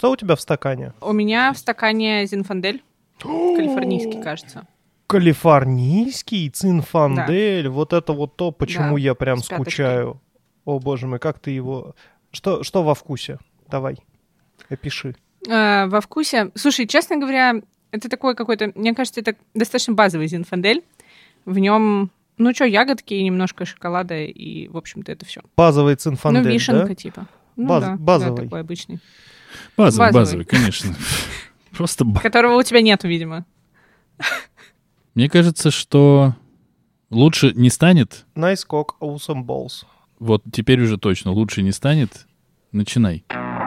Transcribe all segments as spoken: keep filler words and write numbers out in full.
что у тебя в стакане? У меня в стакане Зинфандель. Калифорнийский, кажется. Калифорнийский Цинфандель. Да. Вот это вот то, почему да. я прям скучаю. О, боже мой, как ты его... Что, что во вкусе? Давай, опиши. А, во вкусе... Слушай, честно говоря, это такой какой-то... Мне кажется, это достаточно базовый Зинфандель. В нем, ну что, ягодки и немножко шоколада, и, в общем-то, это все. Базовый Цинфандель, ну, вишенка, да? типа. Ну, Баз, да, базовый. Да, такой обычный. Базовый, базовый, конечно. Просто базовый. Которого у тебя нету, видимо. Мне кажется, что лучше не станет. Nice cock, awesome balls. Вот теперь уже точно лучше не станет. Начинай.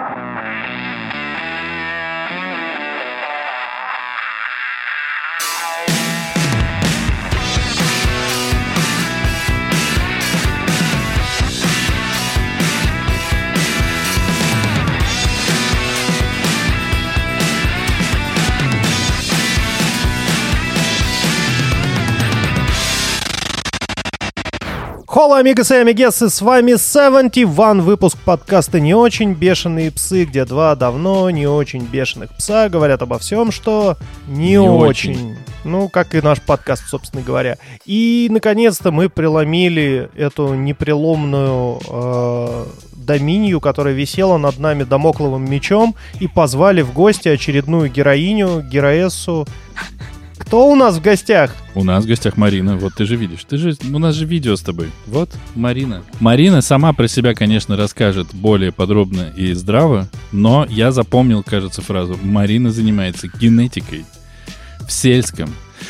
Холо, амигос и амигесы, с вами семьдесят один выпуск подкаста «Не очень бешеные псы», где два давно не очень бешеных пса говорят обо всем, что не, не очень. очень. Ну, как и наш подкаст, собственно говоря. И, наконец-то, мы преломили эту непреломную э, доминию, которая висела над нами дамокловым мечом, и позвали в гости очередную героиню, героессу. Кто у нас в гостях? У нас в гостях Марина. Вот ты же видишь. Ты же, у нас же видео с тобой. Вот Марина. Марина сама про себя, конечно, расскажет более подробно и здраво, но я запомнил, кажется, фразу. Марина занимается генетикой в сельском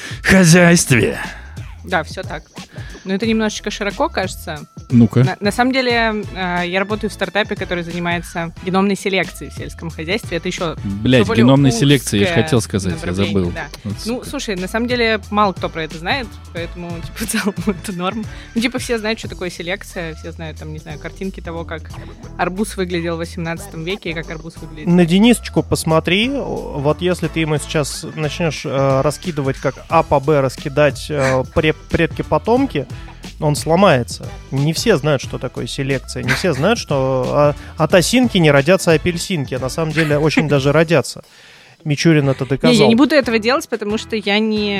хозяйстве. Да, все так. Но это немножечко широко, кажется. Ну-ка. На, на самом деле, э, я работаю в стартапе, который занимается геномной селекцией в сельском хозяйстве. Это еще Блять, геномной селекции, я же хотел сказать, я забыл. Да. Вот, ну, слушай, на самом деле, мало кто про это знает, поэтому, типа, в целом это норм. Ну, типа, все знают, что такое селекция, все знают, там, не знаю, картинки того, как арбуз выглядел в восемнадцатом веке и как арбуз выглядит. На Денисочку посмотри, вот если ты ему сейчас начнешь э, раскидывать, как А по Б раскидать э, предки-потомки, он сломается. Не все знают, что такое селекция. Не все знают, что от осинки не родятся апельсинки. А на самом деле очень даже родятся. Мичурин это доказал. Не, я не буду этого делать, потому что я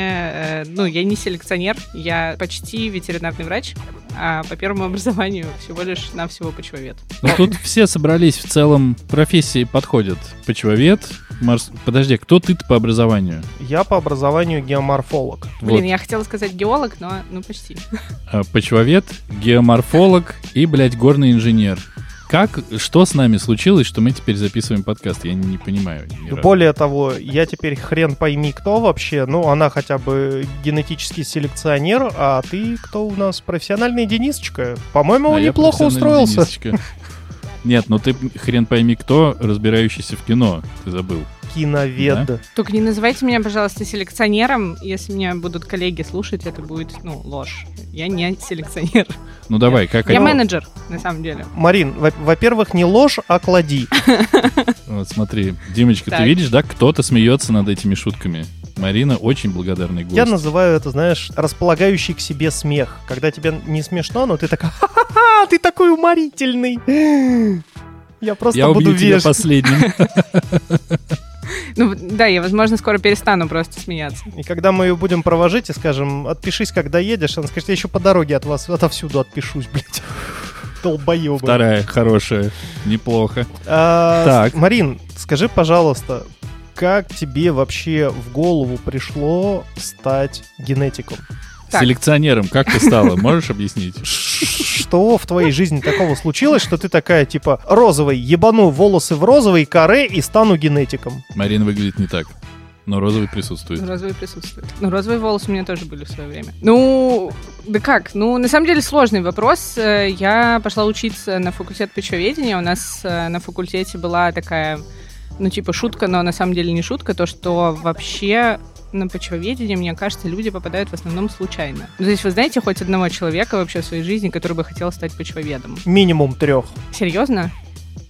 не, ну, я не селекционер. Я почти ветеринарный врач, а по первому образованию всего лишь навсего почвовед. Ну, тут все собрались в целом, профессии подходят. Почвовед, Марс... Подожди, кто ты-то по образованию? Я по образованию геоморфолог. Блин, вот. Я хотела сказать геолог, но ну почти. А, почвовед, геоморфолог и, блядь, горный инженер. Как, что с нами случилось, что мы теперь записываем подкаст? Я не, не понимаю. Более того, я теперь хрен пойми кто вообще. Ну, она хотя бы генетический селекционер, а ты кто у нас? Профессиональный Денисочка. По-моему, а неплохо устроился. Денисочка. Нет, ну ты хрен пойми кто, разбирающийся в кино. Ты забыл. Киновед. Да? Только не называйте меня, пожалуйста, селекционером. Если меня будут коллеги слушать, это будет, ну, ложь. Я не селекционер. Ну давай, как... Я они... менеджер, на самом деле. Марин, во- во-первых, не ложь, а клади. Вот смотри, Димочка, так. Ты видишь, да, кто-то смеется над этими шутками. Марина очень благодарный гость. Я называю это, знаешь, располагающий к себе смех. Когда тебе не смешно, но ты такая, ха-ха-ха, ты такой уморительный. Я просто Я буду убью тебя вешать. последним. Ну да, я, возможно, скоро перестану просто смеяться. И когда мы ее будем провожать и скажем, отпишись, когда едешь, она скажет, я еще по дороге от вас отовсюду отпишусь, блядь. Долбоёбы. Вторая хорошая, неплохо. А, Так. Марин, скажи, пожалуйста, как тебе вообще в голову пришло стать генетиком? Так. Селекционером как ты стала? Можешь объяснить? Что в твоей жизни такого случилось, что ты такая, типа, розовый, ебану волосы в розовый каре и стану генетиком? Марина выглядит не так, но розовый присутствует. Розовый присутствует. Ну, розовые волосы у меня тоже были в свое время. Ну, да как? Ну, на самом деле сложный вопрос. Я пошла учиться на факультет почвоведения. У нас на факультете была такая, ну, типа, шутка, но на самом деле не шутка, то, что вообще... на почвоведение, мне кажется, люди попадают в основном случайно. То есть вы знаете хоть одного человека вообще в своей жизни, который бы хотел стать почвоведом? Минимум трех. Серьезно?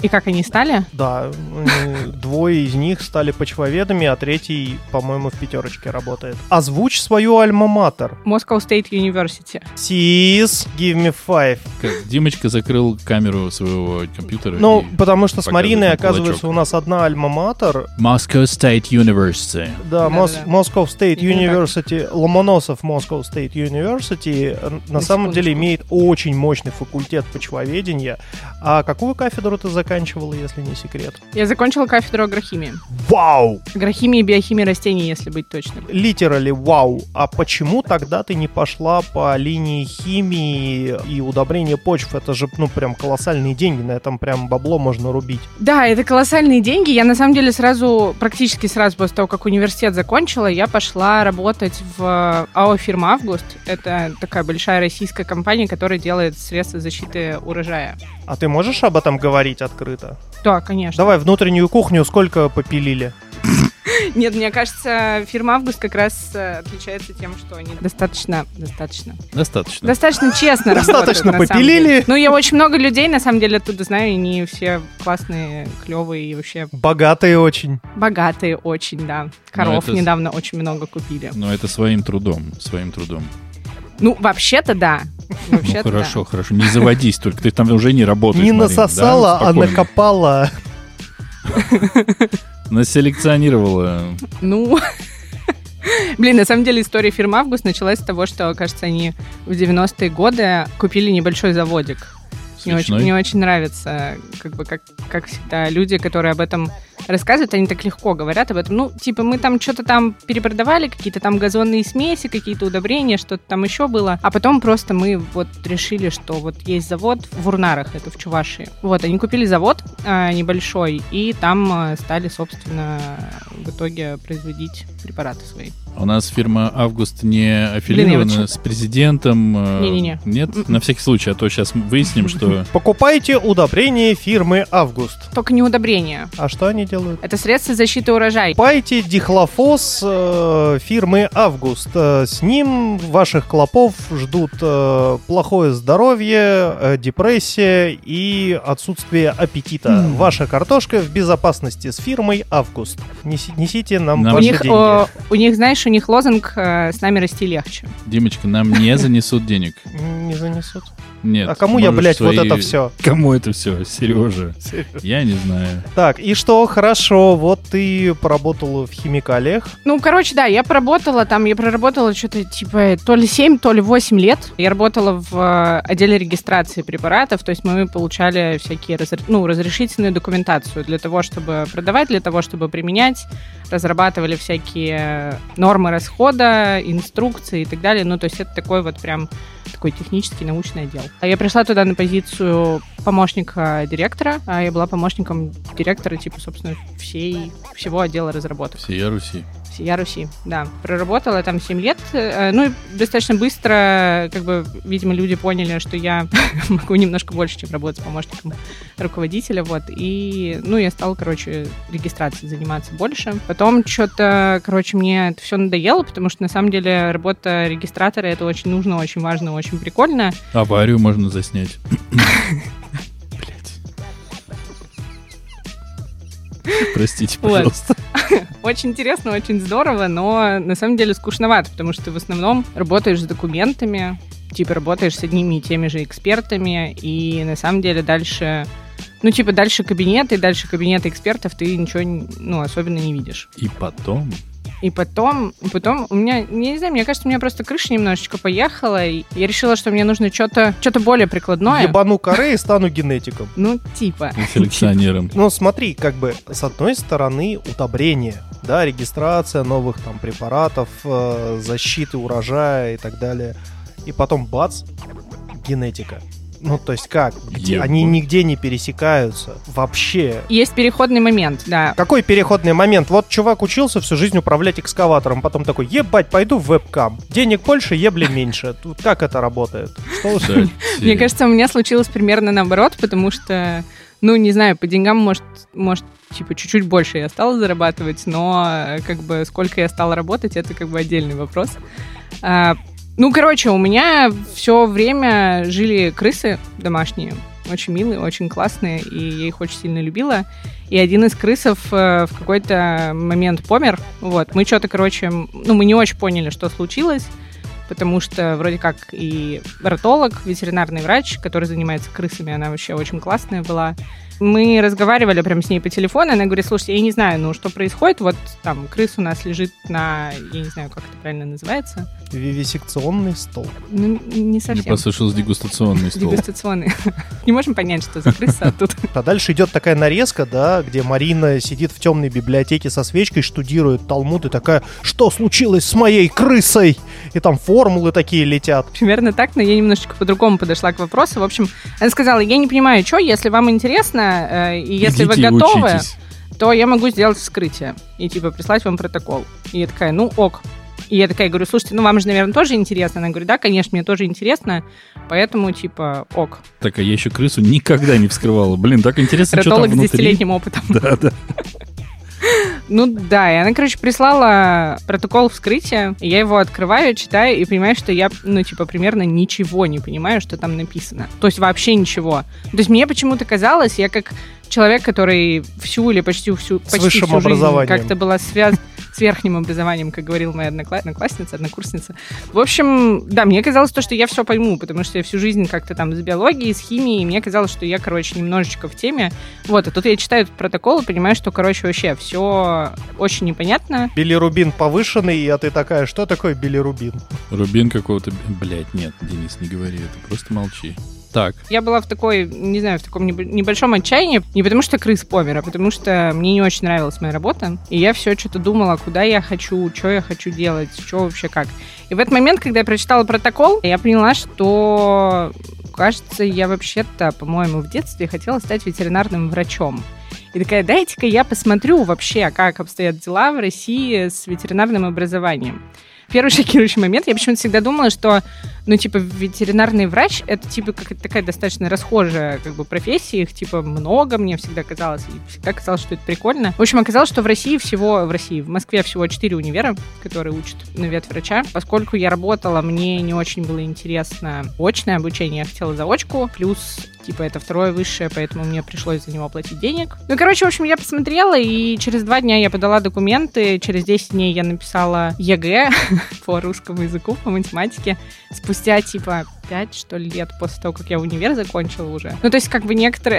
И как они стали? Да, двое из них стали почвоведами, а третий, по-моему, в пятерочке работает. Озвучь свою альма-матер. Moscow State University. Сис, give me five. Как Димочка закрыл камеру своего компьютера. Ну, потому что с Мариной, показывает на оказывается, кулачок. у нас одна альма-матер. Moscow State University. Да, Да, Мос- да, да. Moscow State Именно University, Ломоносов Moscow State University э, на На самом деле секундочку. имеет очень мощный факультет почвоведения. А какую кафедру ты заканчивала, если не секрет? Я закончила кафедру агрохимии. Вау! Агрохимии и биохимии растений, если быть точным. Литерали вау. А почему тогда ты не пошла по линии химии и удобрения почв? Это же, ну, прям колоссальные деньги, на этом прям бабло можно рубить. Да, это колоссальные деньги. Я, на самом деле, сразу, практически сразу после того, как университет закончила, я пошла работать в АО «Фирма Август». Это такая большая российская компания, которая делает средства защиты урожая. А ты можешь об этом говорить открыто? Да, конечно. Давай, внутреннюю кухню сколько попилили? Нет, мне кажется, фирма «Август» как раз э, отличается тем, что они достаточно... Достаточно. Достаточно. Достаточно честно Достаточно работают, на самом попилили. деле. Ну, я очень много людей, на самом деле, оттуда знаю, и они все классные, клевые и вообще Богатые очень. богатые очень, да. Коров это с- недавно очень много купили. Но это своим трудом, своим трудом. Ну, вообще-то да. Ну Вообще-то хорошо, хорошо. Не заводись, только ты там уже не работаешь. Не Марина, насосала, да? а Спокойно. накопала. Населекционировала. да. Ну... Блин, на самом деле история фирмы «Август» началась с того, что, кажется, они в девяностые годы купили небольшой заводик. Мне очень, Свечной. мне очень нравится, как бы, как, как всегда, люди, которые об этом рассказывают, они так легко говорят об этом. Ну, типа, мы там что-то там перепродавали, какие-то там газонные смеси, какие-то удобрения, что-то там еще было. А потом просто мы вот решили, что вот есть завод в Урнарах, это в Чувашии. Вот, они купили завод а, небольшой, и там а, стали, собственно, в итоге производить препараты свои. У нас фирма «Август» не аффилирована Блин, я с президентом. э, Не-не-не. Нет? М-м. На всякий случай, а то сейчас выясним, что... Покупайте удобрения фирмы «Август». Только не удобрения. А что они делают? Это средства защиты урожая. Покупайте дихлофос э, фирмы «Август». Э, С ним ваших клопов ждут э, плохое здоровье, э, депрессия и отсутствие аппетита. Ваша картошка в безопасности с фирмой «Август». Неси- несите нам Нам У ваши них, деньги. о, у них, знаешь, у них лозунг э, «С нами расти легче». Димочка, нам не занесут денег. Не занесут. Нет. А кому я, можешь блядь, вот свои- это все? Кому это все? Сережа. Я не знаю. Так, и что, хорошо, вот ты поработала в химикалиях. Ну, короче, да, я поработала там, я проработала что-то типа то ли семь, то ли восемь лет. Я работала в э, отделе регистрации препаратов, то есть мы получали всякие разр- ну, разрешительную документацию для того, чтобы продавать, для того, чтобы применять, разрабатывали всякие нормы расхода, инструкции и так далее. Ну, то есть это такой вот прям такой технический научный отдел. А я пришла туда на позицию помощника директора, а я была помощником директора, типа, собственно, всей, всего отдела разработок. Всея Руси. Я Руси, да. Проработала там семь лет. э, Ну, и достаточно быстро, как бы, видимо, люди поняли, что я могу немножко больше, чем работать с помощником руководителя, вот. И, ну, я стала, короче, регистрацией заниматься больше. Потом что-то, короче, мне это все надоело, потому что, на самом деле, работа регистратора — это очень нужно, очень важно, очень прикольно. Аварию можно заснять. Простите, Вот. пожалуйста. Очень интересно, очень здорово, но на самом деле скучновато, потому что ты в основном работаешь с документами, типа работаешь с одними и теми же экспертами, и на самом деле дальше, ну типа дальше кабинета и дальше кабинета экспертов ты ничего, ну, особенно не видишь. И потом... И потом, и потом у меня, я не знаю, мне кажется, у меня просто крыша немножечко поехала, и я решила, что мне нужно что-то что-то более прикладное. Ебану коре и стану генетиком. Ну, типа. и селекционером. Ну, смотри, как бы, с одной стороны, удобрение, да, регистрация новых там препаратов, э, защиты урожая и так далее. И потом, бац, генетика. Ну, то есть как? Где? Ебать. Они нигде не пересекаются. Вообще. Есть переходный момент, да. Какой переходный момент? Вот чувак учился всю жизнь управлять экскаватором, потом такой, ебать, пойду в вебкам. Денег больше, ебли меньше. Тут как это работает? Что Кстати, Мне кажется, у меня случилось примерно наоборот, потому что, ну, не знаю, по деньгам, может, может, типа, чуть-чуть больше я стала зарабатывать, но, как бы, сколько я стала работать, это, как бы, отдельный вопрос. А, ну, короче, у меня все время жили крысы домашние. очень милые, очень классные, и я их очень сильно любила. И один из крысов э, в какой-то момент помер. Вот. Мы что-то, короче, ну, мы не очень поняли, что случилось, потому что вроде как и ратолог, ветеринарный врач, который занимается крысами, она вообще очень классная была. Мы разговаривали прям с ней по телефону, она говорит: слушайте, я не знаю, ну, что происходит, вот там крыс у нас лежит на, я не знаю, как это правильно называется. Вивисекционный стол. Ну, не совсем. Мне послышалось дегустационный стол. Дегустационный. Не можем понять, что за крыса тут. А дальше идет такая нарезка, да, где Марина сидит в темной библиотеке со свечкой, штудирует Талмуд и такая: что случилось с моей крысой? И там формулы такие летят. Примерно так, но я немножечко по-другому подошла к вопросу. В общем, она сказала: я не понимаю, что, если вам интересно, э, и если Идите вы готовы, учитесь. то я могу сделать вскрытие и, типа, прислать вам протокол. И я такая: ну, ок. И я такая говорю: слушайте, ну, вам же, наверное, тоже интересно. Она говорит: да, конечно, мне тоже интересно, поэтому, типа, ок. Так, а я еще крысу никогда не вскрывала. Блин, так интересно, что там Ратолог с внутри. десятилетним опытом. Да, да. Ну да, и она, короче, прислала протокол вскрытия, и я его открываю, читаю и понимаю, что я, ну, типа, примерно ничего не понимаю, что там написано. То есть вообще ничего. То есть мне почему-то казалось, я как человек, который всю или почти всю, почти всю жизнь как-то была связана с верхним образованием, как говорила моя однокла- одноклассница, однокурсница. В общем, да, мне казалось то, что я все пойму, потому что я всю жизнь как-то там с биологией, с химией, и мне казалось, что я, короче, немножечко в теме. Вот, а тут я читаю этот протокол и понимаю, что, короче, вообще все очень непонятно. Билирубин повышенный, а ты такая: что такое билирубин? Рубин какого-то... Блядь, нет, Денис, не говори это, просто молчи. Так. Я была в такой, не знаю, в таком небольшом отчаянии, не потому что крыс помер, а потому что мне не очень нравилась моя работа, и я все что-то думала, куда я хочу, что я хочу делать, что вообще как. И в этот момент, когда я прочитала протокол, я поняла, что, кажется, я вообще-то, по-моему, в детстве хотела стать ветеринарным врачом. И такая: дайте-ка я посмотрю вообще, как обстоят дела в России с ветеринарным образованием. Первый шокирующий момент, я почему-то всегда думала, что, ну, типа, ветеринарный врач — это, типа, какая-то такая достаточно расхожая, как бы, профессия, их, типа, много, мне всегда казалось, и всегда казалось, что это прикольно. В общем, оказалось, что в России всего, в России, в Москве всего четыре универа, которые учат на ветврача. Поскольку я работала, мне не очень было интересно очное обучение, я хотела заочку, плюс, типа, это второе высшее, поэтому мне пришлось за него платить денег. Ну, короче, в общем, я посмотрела, и через два дня я подала документы, через десять дней я написала ЕГЭ по русскому языку, по математике, спустя, типа, пять, что ли, лет после того, как я универ закончила уже. Ну, то есть, как бы, некоторые...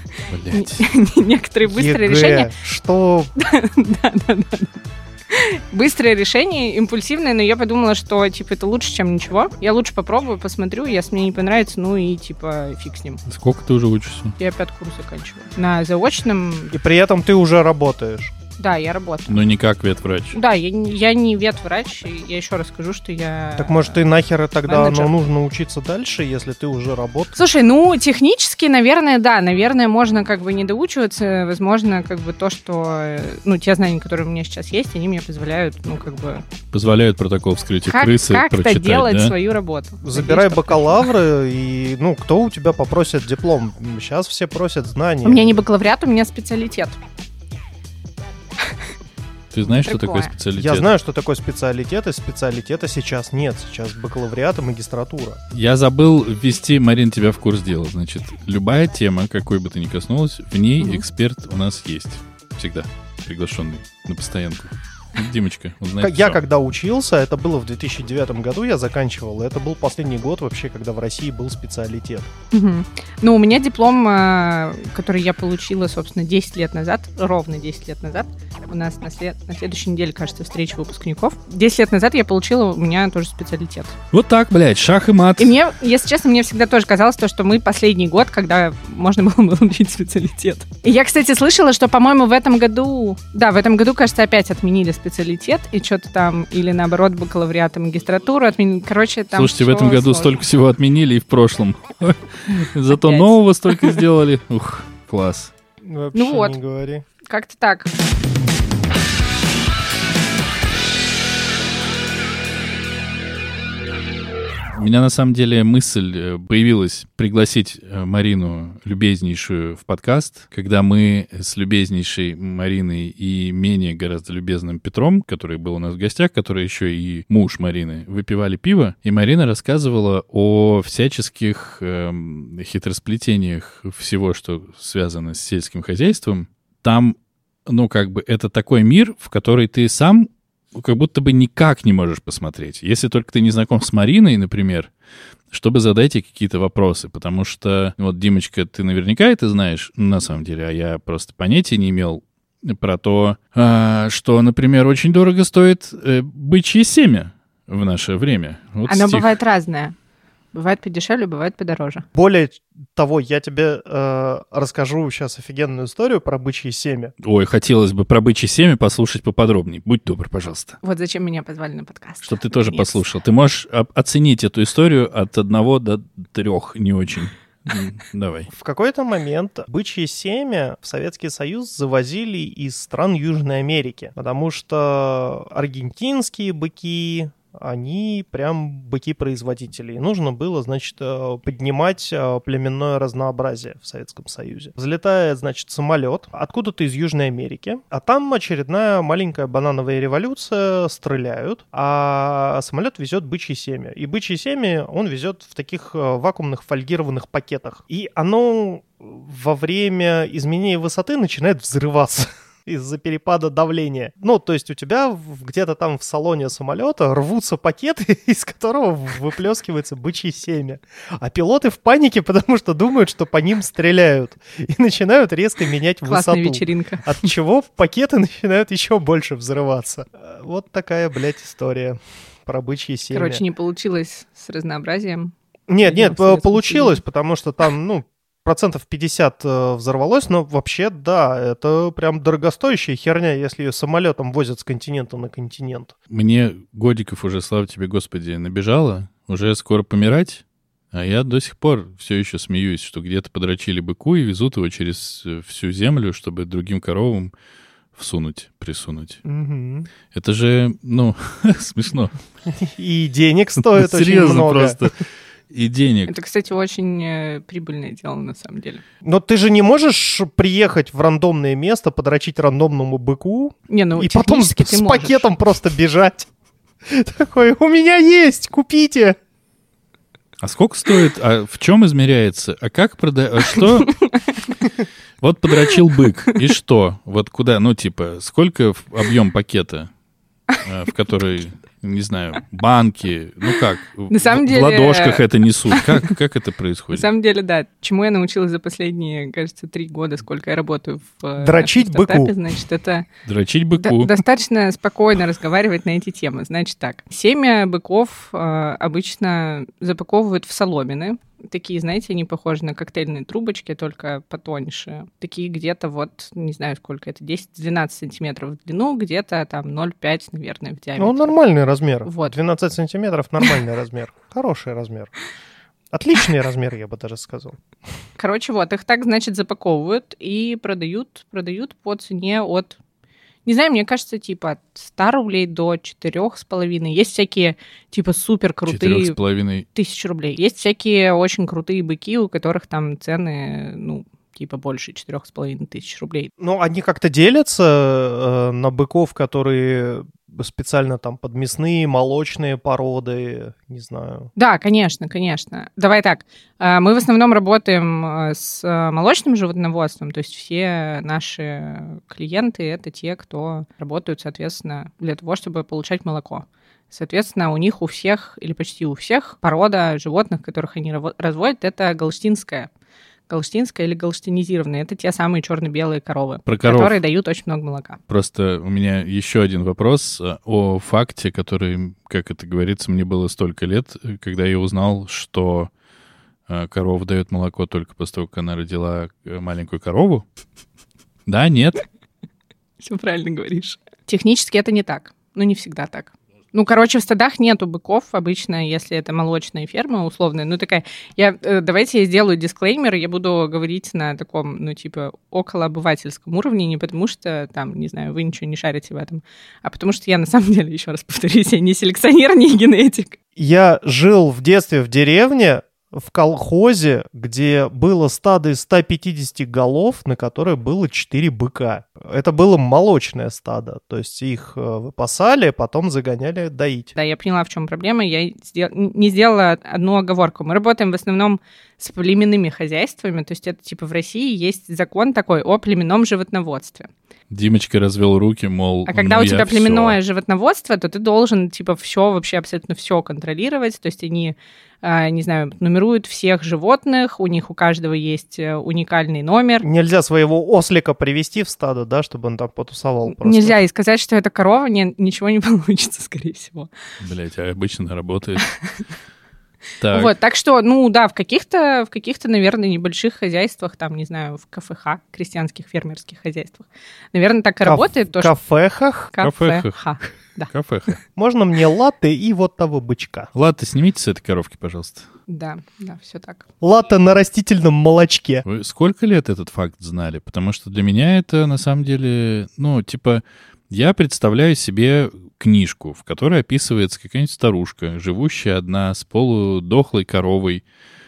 Некоторые быстрые решения... Что? Да-да-да. Быстрое решение, импульсивное, но я подумала, что, типа, это лучше, чем ничего. Я лучше попробую, посмотрю, если мне не понравится, ну и, типа, фиг с ним. Сколько ты уже учишься? Я пятый курс заканчиваю. На заочном... И при этом ты уже работаешь. Да, я работаю. Ну, не как ветврач. Да, я, я не ветврач, я еще раз скажу, что я... Так, может, ты нахер тогда менеджер. ну, нужно учиться дальше, если ты уже работаешь? Слушай, ну, технически, наверное, да, наверное, можно как бы не доучиваться, возможно, как бы то, что, ну, те знания, которые у меня сейчас есть, они мне позволяют, ну, как бы... Позволяют протокол вскрытия как, крысы как-то прочитать, делать да? свою работу. Забирай Надеюсь, бакалавры, и, ну, кто у тебя попросит диплом? Сейчас все просят знания. У меня не бакалавриат, у меня специалитет. Ты знаешь, что Такое. такое специалитет? Я знаю, что такое специалитет, и специалитета сейчас нет. Сейчас бакалавриат и магистратура. Я забыл ввести, Марин, тебя в курс дела. Значит, любая тема, какой бы ты ни коснулась, в ней Мгм. эксперт у нас есть. Всегда. Приглашенный на постоянку. Димочка, он знает Как- Я всё. когда учился, это было в две тысячи девятом году, я заканчивал. Это был последний год вообще, когда в России был специалитет. Мгм. Ну, у меня диплом, э, который я получила, собственно, десять лет назад, ровно десять лет назад. У нас на, след... на следующей неделе, кажется, встреча выпускников. десять лет назад я получила, у меня тоже специалитет. Вот так, блядь, шах и мат. И мне, если честно, мне всегда тоже казалось то, что мы последний год, когда можно было получить специалитет. И я, кстати, слышала, что, по-моему, в этом году... Да, в этом году, кажется, опять отменили специалитет, и что-то там, или наоборот, бакалавриат и магистратуру отменили. Короче, там Слушайте, в всё этом году сложно. столько всего отменили и в прошлом. Зато Опять. нового столько сделали. Ух, класс. Вообще Ну вот. не говори. Как-то так. меня на самом деле мысль появилась пригласить Марину любезнейшую в подкаст, когда мы с любезнейшей Мариной и менее гораздо любезным Петром, который был у нас в гостях, который еще и муж Марины, выпивали пиво, и Марина рассказывала о всяческих э, хитросплетениях всего, что связано с сельским хозяйством. Там, ну, как бы, это такой мир, в который ты сам как будто бы никак не можешь посмотреть. Если только ты не знаком с Мариной, например, чтобы задать ей какие-то вопросы. Потому что, вот, Димочка, ты наверняка это знаешь, на самом деле, а я просто понятия не имел про то, что, например, очень дорого стоит бычье семя в наше время. Вот Оно стих. бывает разное. Бывает подешевле, бывает подороже. Более того, я тебе э, расскажу сейчас офигенную историю про бычье семя. Ой, хотелось бы про бычье семя послушать поподробнее. Будь добр, пожалуйста. Вот зачем меня позвали на подкаст. Чтобы ты тоже Наконец. послушал. Ты можешь оценить эту историю от одного до трех, не очень. Давай. В какой-то момент бычье семя в Советский Союз завозили из стран Южной Америки, потому что аргентинские быки, они прям быки-производители. И нужно было, значит, поднимать племенное разнообразие в Советском Союзе. Взлетает, значит, самолет откуда-то из Южной Америки, а там очередная маленькая банановая революция, стреляют, а самолет везет бычье семя. И бычье семя он везет в таких вакуумных фольгированных пакетах. И оно во время изменения высоты начинает взрываться из-за перепада давления. Ну, то есть у тебя где-то там в салоне самолета рвутся пакеты, из которого выплескивается бычье семя. А пилоты в панике, потому что думают, что по ним стреляют. И начинают резко менять Классная высоту. вечеринка. От чего пакеты начинают еще больше взрываться. Вот такая, блядь, история про бычье семя. Короче, не получилось с разнообразием. Нет, нет, в Советском получилось, Союзе. потому что там, ну, процентов пятьдесят взорвалось, но вообще, да, это прям дорогостоящая херня, если ее самолетом возят с континента на континент. Мне годиков уже, слава тебе, Господи, набежало. Уже скоро помирать. А я до сих пор все еще смеюсь, что где-то подрочили быку и везут его через всю землю, чтобы другим коровам всунуть, присунуть. Угу. Это же, ну, смешно. И денег стоит очень Серьезно много. просто. И денег. Это, кстати, очень э, прибыльное дело, на самом деле. Но ты же не можешь приехать в рандомное место, подрочить рандомному быку Не, ну, и потом с, технически ты с можешь. пакетом просто бежать. Такой, у меня есть, купите. А сколько стоит? А в чем измеряется? А как продать? А что? Вот подрочил бык. И что? Вот куда? Ну, типа, сколько объем пакета, в который, не знаю, банки? Ну как? На самом в, деле- в ладошках это несут. Как, как это На происходит? самом деле, да. Чему я научилась за последние, кажется, три года, сколько я работаю в э, Дрочить нашем стартапе, быку. значит, это Дрочить до- быку. достаточно спокойно разговаривать на эти темы. Значит так, семя быков э, обычно запаковывают в соломины. Такие, знаете, они похожи на коктейльные трубочки, только потоньше. Такие где-то вот, не знаю, сколько это, десять-двенадцать сантиметров в длину, где-то там ноль целых пять, наверное, в диаметре. Ну, нормальный размер. Вот. двенадцать сантиметров нормальный размер. Хороший размер. Отличный размер, я бы даже сказал. Короче, вот, их так, значит, запаковывают и продают, продают по цене от, не знаю, мне кажется, типа от ста рублей до четырёх с половиной. Есть всякие, типа, супер Четырех с крутые половиной. тысячи рублей. Есть всякие очень крутые быки, у которых там цены, ну, типа больше четырех с половиной тысяч рублей. Ну, они как-то делятся э, на быков, которые специально там под мясные, молочные породы, не знаю. Да, конечно, конечно. Давай так, э, мы в основном работаем э, с э, молочным животноводством, то есть все наши клиенты — это те, кто работают, соответственно, для того, чтобы получать молоко. Соответственно, у них у всех, или почти у всех, порода животных, которых они раво- разводят, это галштинская. Галштинская или галштинизированная — это те самые черно-белые коровы, Про коров. которые дают очень много молока. Просто у меня еще один вопрос о факте, который, как это говорится, мне было столько лет, когда я узнал, что э, корова дает молоко только после того, как она родила э, маленькую корову. Да, нет? Все правильно говоришь. Технически это не так, но не всегда так. Ну, короче, в стадах нету быков обычно, если это молочная ферма условная. Ну, такая, я, давайте я сделаю дисклеймер, я буду говорить на таком, ну, типа, околообывательском уровне, не потому что, там, не знаю, вы ничего не шарите в этом, а потому что я, на самом деле, еще раз повторюсь, я не селекционер, не генетик. Я жил в детстве в деревне, в колхозе, где было стадо из ста пятидесяти голов, на которое было четыре быка. Это было молочное стадо, то есть их выпасали, потом загоняли доить. Да, я поняла, в чем проблема. Я сдел... не сделала одну оговорку. Мы работаем в основном с племенными хозяйствами, то есть это типа в России есть закон такой о племенном животноводстве. Димочка развел руки, мол, А когда ну, у тебя племенное всё. животноводство, то ты должен, типа, все, вообще абсолютно все контролировать. То есть они, э, не знаю, нумеруют всех животных, у них у каждого есть уникальный номер. Нельзя своего ослика привести в стадо, да, чтобы он там потусовал просто. Нельзя и сказать, что это корова, не, ничего не получится, скорее всего. Блять, а обычно работает. Так. Вот, так что, ну да, в каких-то, в каких-то, наверное, небольших хозяйствах, там, не знаю, в КФХ, крестьянских фермерских хозяйствах, наверное, так и Каф- работает. То, кафехах? что... Кафехах. КФХ, да. Кафеха. Можно мне латте и вот того бычка? Ладно, снимите с этой коровки, пожалуйста. Да, да, все так. Латте на растительном молочке. Вы сколько лет этот факт знали? Потому что для меня это, на самом деле, ну, типа, я представляю себе книжку, в которой описывается какая-нибудь старушка, живущая одна с полудохлой коровой,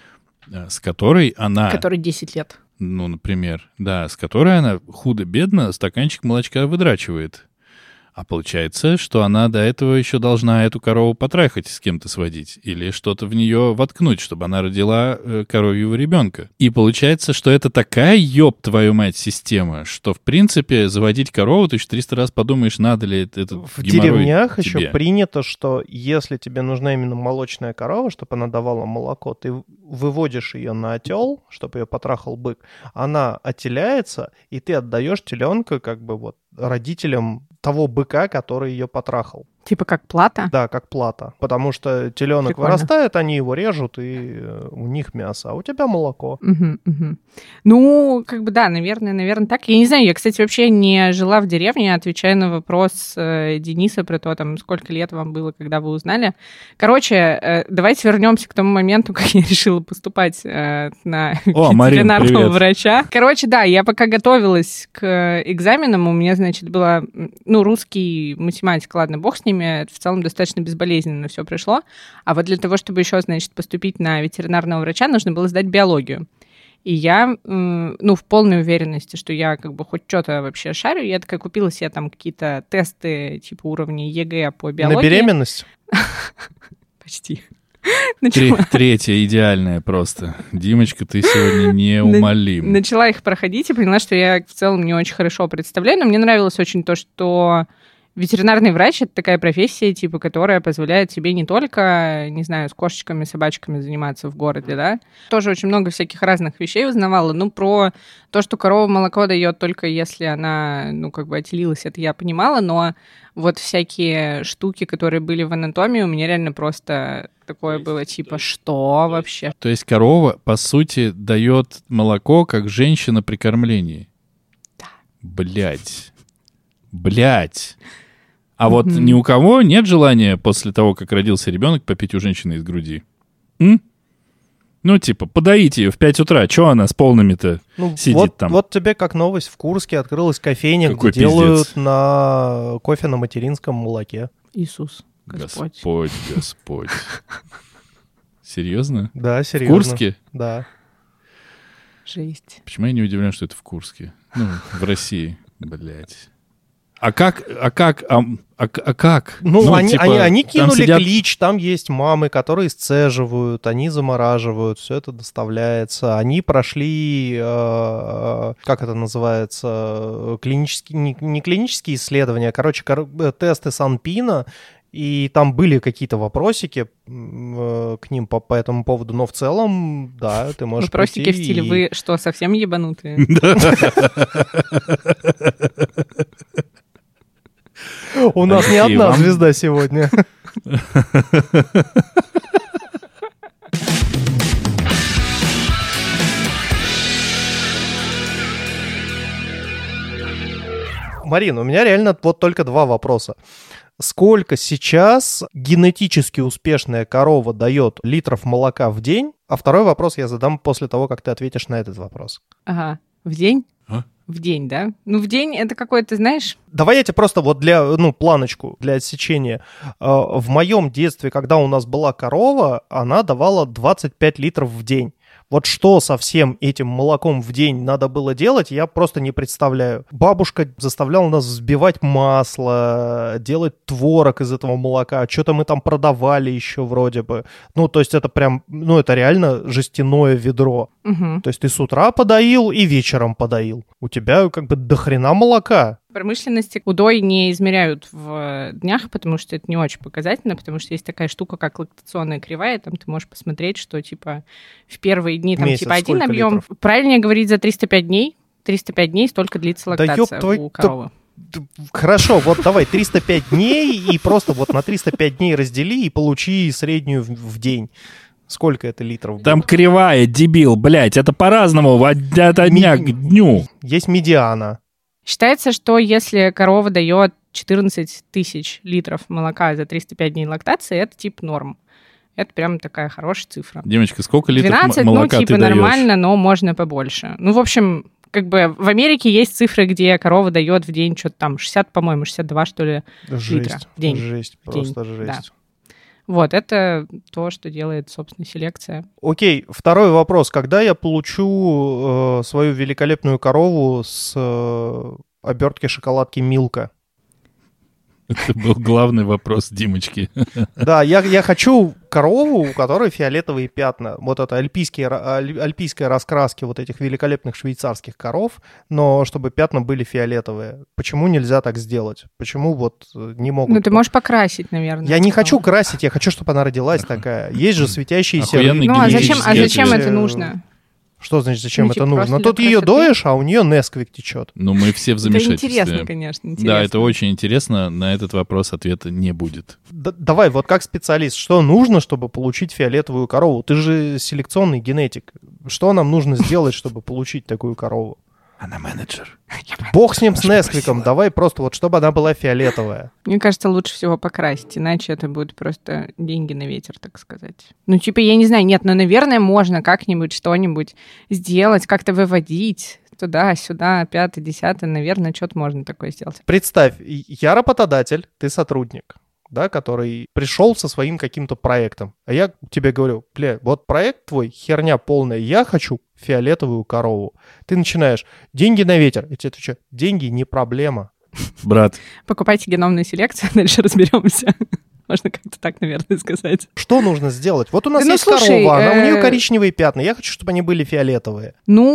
с которой она... Который десять лет. Ну, например, да, с которой она худо-бедно стаканчик молочка выдрачивает. А получается, что она до этого еще должна эту корову потрахать, с кем-то сводить, или что-то в нее воткнуть, чтобы она родила э, коровьего ребенка. И получается, что это такая, ёб твою мать, система, что, в принципе, заводить корову, ты еще триста раз подумаешь, надо ли этот В геморрой деревнях тебе. еще принято, что если тебе нужна именно молочная корова, чтобы она давала молоко, ты выводишь ее на отел, чтобы ее потрахал бык, она отеляется, и ты отдаешь теленка как бы вот родителям того быка, который ее потрахал. Типа как плата? Да, как плата. Потому что теленок Прикольно. вырастает, они его режут, и э, у них мясо, а у тебя молоко. Мгм, мгм. Ну, как бы да, наверное, наверное, так. Я не знаю, я, кстати, вообще не жила в деревне, отвечая на вопрос э, Дениса про то, там, сколько лет вам было, когда вы узнали. Короче, э, давайте вернемся к тому моменту, как я решила поступать э, на О, Марин, ветеринарного привет. врача. Короче, да, я пока готовилась к экзаменам, у меня, значит, была, ну, русский, математика, ладно, бог с ними, в целом достаточно безболезненно все пришло. А вот для того, чтобы еще, значит, поступить на ветеринарного врача, нужно было сдать биологию. И я, ну, в полной уверенности, что я как бы хоть что-то вообще шарю, я такая купила себе там какие-то тесты типа уровня ЕГЭ по биологии. На беременность? Почти. Тре- Начала, Третья идеальная просто. Димочка, ты сегодня неумолим. начала их проходить и поняла, что я в целом не очень хорошо представляю, но мне нравилось очень то, что ветеринарный врач — это такая профессия, типа, которая позволяет тебе не только, не знаю, с кошечками, собачками заниматься в городе, да. Тоже очень много всяких разных вещей узнавала. Ну, про то, что корова молоко дает только если она, ну, как бы отелилась, это я понимала, но вот всякие штуки, которые были в анатомии, у меня реально просто такое было, типа, что вообще? То есть корова, по сути, дает молоко, как женщина при кормлении. Да. Блять. Блять. А вот Мгм. ни у кого нет желания после того, как родился ребенок, попить у женщины из груди? М? Ну, типа, подоить ее в пять утра. Чего она с полными-то Ну, сидит вот, там? вот тебе как новость. В Курске открылась кофейня, Какой где делают пиздец. на кофе на материнском молоке. Иисус, Господь. Господь, Господь. Серьезно? Да, В серьезно. Курске? Да. Жесть. Почему я не удивлен, что это в Курске? Ну, в России. Блять. А как, а как, а, а, а как? Ну, они, типа, они, они там кинули сидят- клич, там есть мамы, которые сцеживают, они замораживают, все это доставляется. Они прошли, э, как это называется, клинические, не, не клинические исследования, а, короче, кор- э, тесты Санпина, и там были какие-то вопросики м, э, к ним по, по этому поводу, но в целом, да, ты можешь Вопросики в прийти стиле и- «Вы что, совсем ебанутые?» У нас не Алексей, одна вам- звезда сегодня. Марин, у меня реально вот только два вопроса. сколько сейчас генетически успешная корова дает литров молока в день? А второй вопрос я задам после того, как ты ответишь на этот вопрос. Ага, в день? А? В день, да? Ну, в день это какой-то, знаешь... Давай я тебе просто вот для, ну, планочку, для отсечения. В моем детстве, когда у нас была корова, она давала двадцать пять литров в день. Вот что со всем этим молоком в день надо было делать, я просто не представляю. Бабушка заставляла нас взбивать масло, делать творог из этого молока. Что-то мы там продавали еще вроде бы. Ну, то есть это прям, ну, это реально жестяное ведро. Угу. То есть ты с утра подоил и вечером подоил. У тебя как бы дохрена молока. В промышленности удой не измеряют в днях, потому что это не очень показательно, потому что есть такая штука, как лактационная кривая, там ты можешь посмотреть, что типа в первые дни там Месяц типа один объем. литров? Правильнее говорить за триста пять дней. триста пять дней столько длится лактация да ёб твой, у коровы. Хорошо, вот давай триста пять дней и просто вот на триста пять дней раздели и получи среднюю в, в день. Сколько это литров? Там будет? Кривая, дебил, блядь, это по-разному, от дня Ми... к дню. Есть медиана. Считается, что если корова дает четырнадцать тысяч литров молока за триста пять дней лактации, это типа норм. Это прям такая хорошая цифра. Димочка, сколько литров двенадцать, молока ну, типа ты даешь? Нормально, но можно побольше. Ну, в общем, как бы в Америке есть цифры, где корова дает в день что-то там шестьдесят, по-моему, шестьдесят два, что ли, жесть, литра в день. Жесть, в просто день. жесть. Да. Вот, это то, что делает, собственно, селекция. Окей, второй вопрос. Когда я получу э, свою великолепную корову с э, обертки шоколадки Милка? Это был главный вопрос Димочки. Да, я, я хочу корову, у которой фиолетовые пятна. Вот это альпийские, альпийская раскраски вот этих великолепных швейцарских коров, но чтобы пятна были фиолетовые. Почему нельзя так сделать? Почему вот не могут? Ну, ты можешь покрасить, наверное. Я не хочу красить, я хочу, чтобы она родилась такая. Есть же светящиеся... Охуенный Ну, а зачем, а зачем генетический это нужно? Что значит, зачем Ну, это типа, нужно? просто Ну, тут для ее красоты. доешь, а у нее Несквик течет. Ну, мы все в замешательстве. Это интересно, конечно, интересно. Да, это очень интересно. На этот вопрос ответа не будет. Д- давай, вот как специалист, что нужно, чтобы получить фиолетовую корову? Ты же селекционный генетик. Что нам нужно сделать, чтобы получить такую корову? Она менеджер. Бог с ним, с Несквиком. Давай просто вот, чтобы она была фиолетовая. Мне кажется, лучше всего покрасить, иначе это будет просто деньги на ветер, так сказать. Ну, типа, я не знаю, нет, но, наверное, можно как-нибудь что-нибудь сделать, как-то выводить туда-сюда, пятое, десятое, наверное, что-то можно такое сделать. Представь, я работодатель, ты сотрудник, да, который пришел со своим каким-то проектом. А я тебе говорю, бля, вот проект твой херня полная, я хочу фиолетовую корову. Ты начинаешь, деньги на ветер. Я тебе отвечаю, деньги не проблема. Брат. Покупайте геномную селекцию, дальше разберемся. Можно как-то так, наверное, сказать. Что нужно сделать? Вот у нас Да, ну, есть слушай, корова, она, у нее э... коричневые пятна. Я хочу, чтобы они были фиолетовые.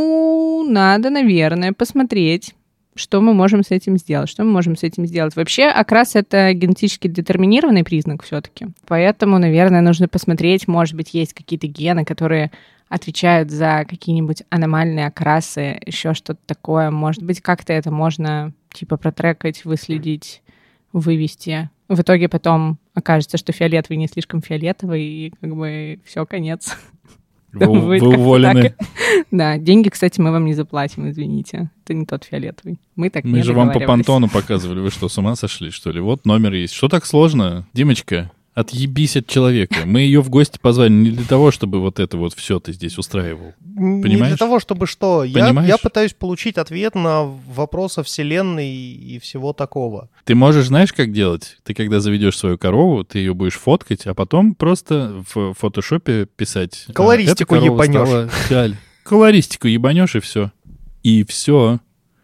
Ну, надо, наверное, посмотреть, что мы можем с этим сделать. Что мы можем с этим сделать? Вообще, окрас — это генетически детерминированный признак все-таки. Поэтому, наверное, нужно посмотреть, может быть, есть какие-то гены, которые отвечают за какие-нибудь аномальные окрасы, еще что-то такое. Может быть, как-то это можно, типа, протрекать, выследить, вывести. В итоге потом окажется, что фиолетовый не слишком фиолетовый, и как бы все, конец. Вы, вы уволены. Да, деньги, кстати, мы вам не заплатим, извините. Это не тот фиолетовый. Мы так Мы не же вам по договаривались. понтону показывали. Вы что, с ума сошли, что ли? Вот номер есть. Что так сложно? Димочка, отъебись от человека. Мы ее в гости позвали не для того, чтобы вот это вот все ты здесь устраивал. Не Понимаешь? для того, чтобы что? Я, Понимаешь? я пытаюсь получить ответ на вопросы о Вселенной и всего такого. Ты можешь, знаешь, как делать? Ты когда заведешь свою корову, ты ее будешь фоткать, а потом просто в фотошопе писать. Колористику а, эта корова ебанешь. стала фиаль. Колористику ебанешь, и все. И все.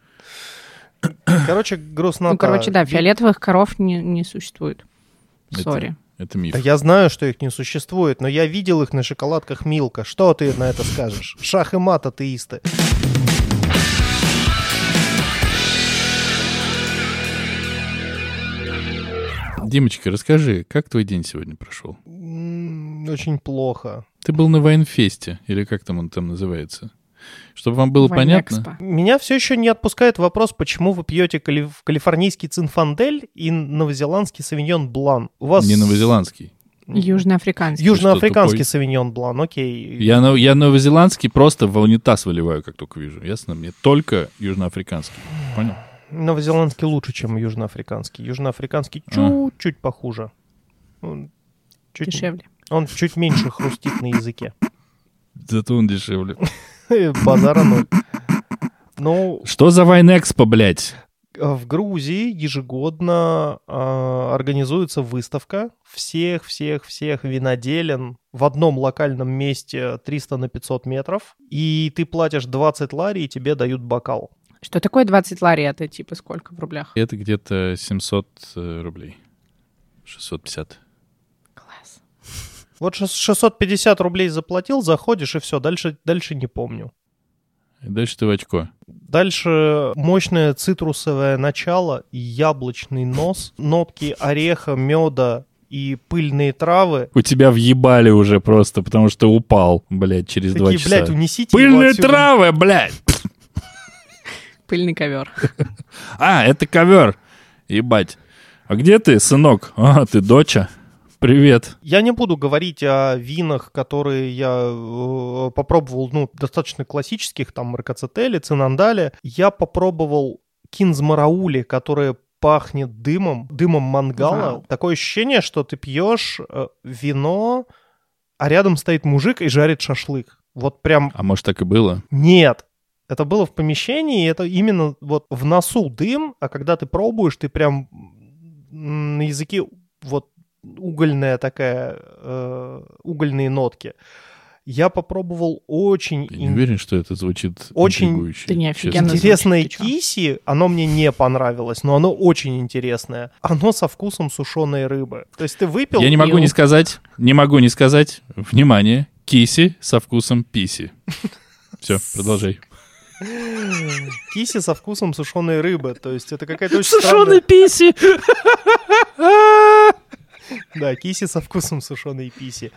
Короче, грустнота. Ну, короче, да, фиолетовых коров не, не существует. Это- Сори. Это миф. Да я знаю, что их не существует, но я видел их на шоколадках Милка. Что ты на это скажешь? Шах и мат, атеисты. Димочка, расскажи, как твой день сегодня прошел? М, Очень плохо. Ты был на Вайнфесте, или как там он там называется? Чтобы вам было Вайнэкспо. понятно. Меня все еще не отпускает вопрос, почему вы пьете кали- калифорнийский цинфандель и новозеландский савиньон блан. У вас Не новозеландский. Южноафриканский. южноафриканский тупой? савиньон блан, окей. Я, нов- я новозеландский просто в унитаз выливаю, как только вижу. Ясно? Мне только южноафриканский. Понял? Новозеландский лучше, чем южноафриканский. Южноафриканский А. чуть-чуть похуже. Он чуть, Дешевле. он чуть меньше хрустит на языке. Зато он дешевле. Базара ноль. Ну, Что за Вайнэкспо, блядь? в Грузии ежегодно э, организуется выставка всех-всех-всех виноделен в одном локальном месте триста на пятьсот метров, и ты платишь двадцать лари, и тебе дают бокал. Что такое двадцать лари? Это типа сколько в рублях? Это где-то семьсот э, рублей. шестьсот пятьдесят. Класс. Вот шест- шестьсот пятьдесят рублей заплатил, заходишь, и все, дальше, дальше не помню. И дальше ты в очко. Дальше мощное цитрусовое начало и яблочный нос, нотки ореха, меда и пыльные травы. У тебя въебали уже просто, потому что упал, блядь, через два Такие, часа. блядь, унесите его Пыльные отсюда. травы, блядь! Пыльный ковер. А, это ковер. Ебать. А где ты, сынок? А, ты доча. Привет. Я не буду говорить о винах, которые я э, попробовал, ну, достаточно классических, там, Маркацетели, Цинандали. Я попробовал кинзмараули, которые пахнет дымом, дымом мангала. Вау. Такое ощущение, что ты пьешь э, вино, а рядом стоит мужик и жарит шашлык. Вот прям А может, так и было? нет. Это было в помещении, и это именно вот в носу дым, а когда ты пробуешь, ты прям м, на языке вот угольная такая, э, угольные нотки. Я попробовал очень Я не ин- уверен, что это звучит Очень- интригующе, Да не, честно. офигенно. интересное звучит, ты чё? киси. Оно мне не понравилось, но оно очень интересное. Оно со вкусом сушеной рыбы. То есть ты выпил... Я не могу Ил. не сказать, не могу не сказать, внимание, киси со вкусом писи. Все, продолжай. Киси со вкусом сушеной рыбы. То есть это какая-то очень странная... писи! Да, киси со вкусом сушеной писи.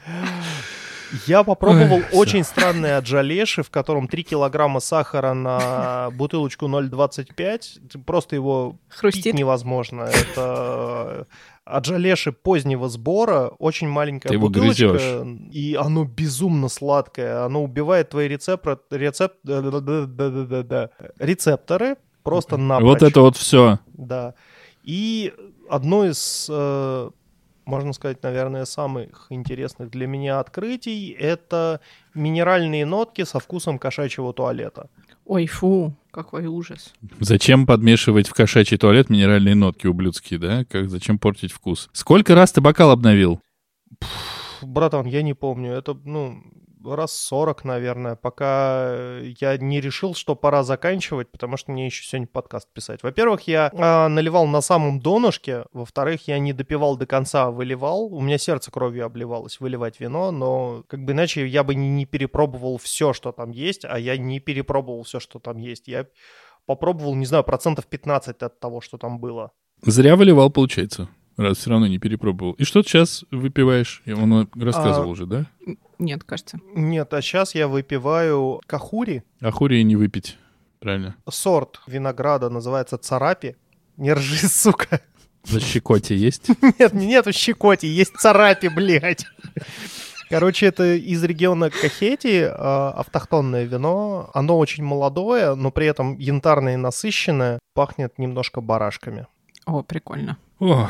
Я попробовал Ой, всё. очень странный аджалеши, в котором три килограмма сахара на бутылочку ноль двадцать пять. Просто его пить Хрустит. невозможно. Это аджалеши позднего сбора, очень маленькая Ты его бутылочка, грызёшь. и оно безумно сладкое. Оно убивает твои рецепторы, рецеп... да-да-да-да-да-да. рецепторы просто напрочь. Вот это вот все. Да. И одно из, э, можно сказать, наверное, самых интересных для меня открытий — это минеральные нотки со вкусом кошачьего туалета. Ой, фу, какой ужас. Зачем подмешивать в кошачий туалет минеральные нотки ублюдские, да? Как, зачем портить вкус? Сколько раз ты бокал обновил? Пф, братан, я не помню. Это, ну, раз сорок, наверное, пока я не решил, что пора заканчивать, потому что мне еще сегодня подкаст писать. Во-первых, я а, наливал на самом донышке. Во-вторых, я не допивал до конца, а выливал. У меня сердце кровью обливалось выливать вино, но как бы иначе я бы не, не перепробовал все, что там есть, а я не перепробовал все, что там есть. Я попробовал, не знаю, процентов пятнадцать от того, что там было. Зря выливал, получается, раз все равно не перепробовал. И что ты сейчас выпиваешь? Я- Он рассказывал А, уже, да? Нет, кажется. Нет, а сейчас я выпиваю кахури. А хури не выпить, правильно? Сорт винограда называется царапи. Не ржи, сука. За щекоте есть? Нет, нету щекоти, есть царапи, блядь. Короче, это из региона Кахети, э, автохтонное вино. Оно очень молодое, но при этом янтарное и насыщенное. Пахнет немножко барашками. О, прикольно. Ох.